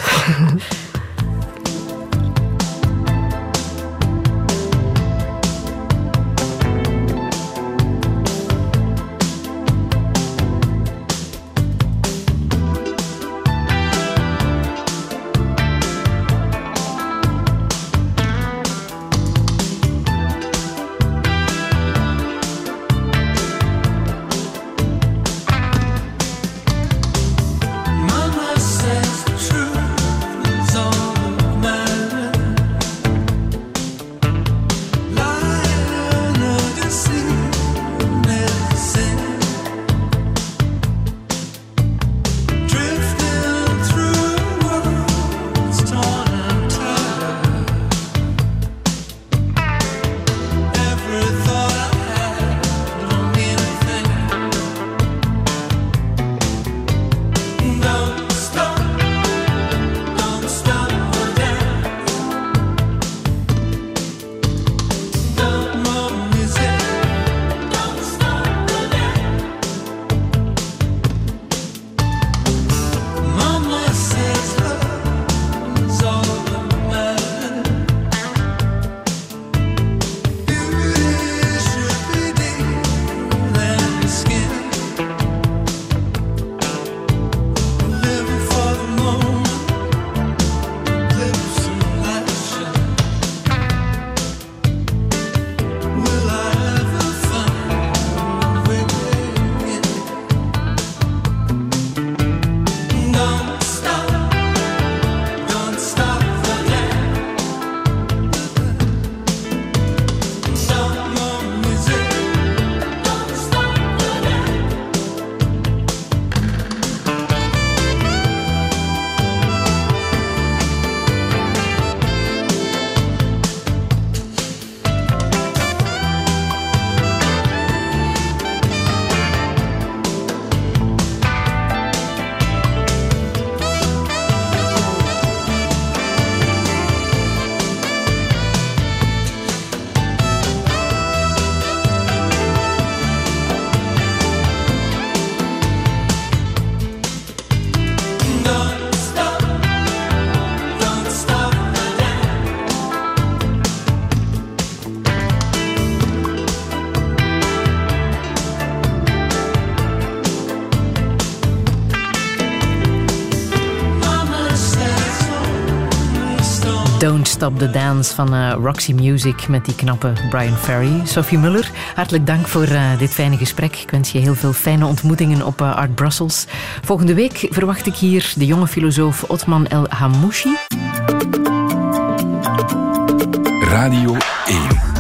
Don't Stop the Dance van Roxy Music met die knappe Bryan Ferry. Sophie Muller, hartelijk dank voor dit fijne gesprek. Ik wens je heel veel fijne ontmoetingen op Art Brussels. Volgende week verwacht ik hier de jonge filosoof Othman El Hamouchi. Radio 1.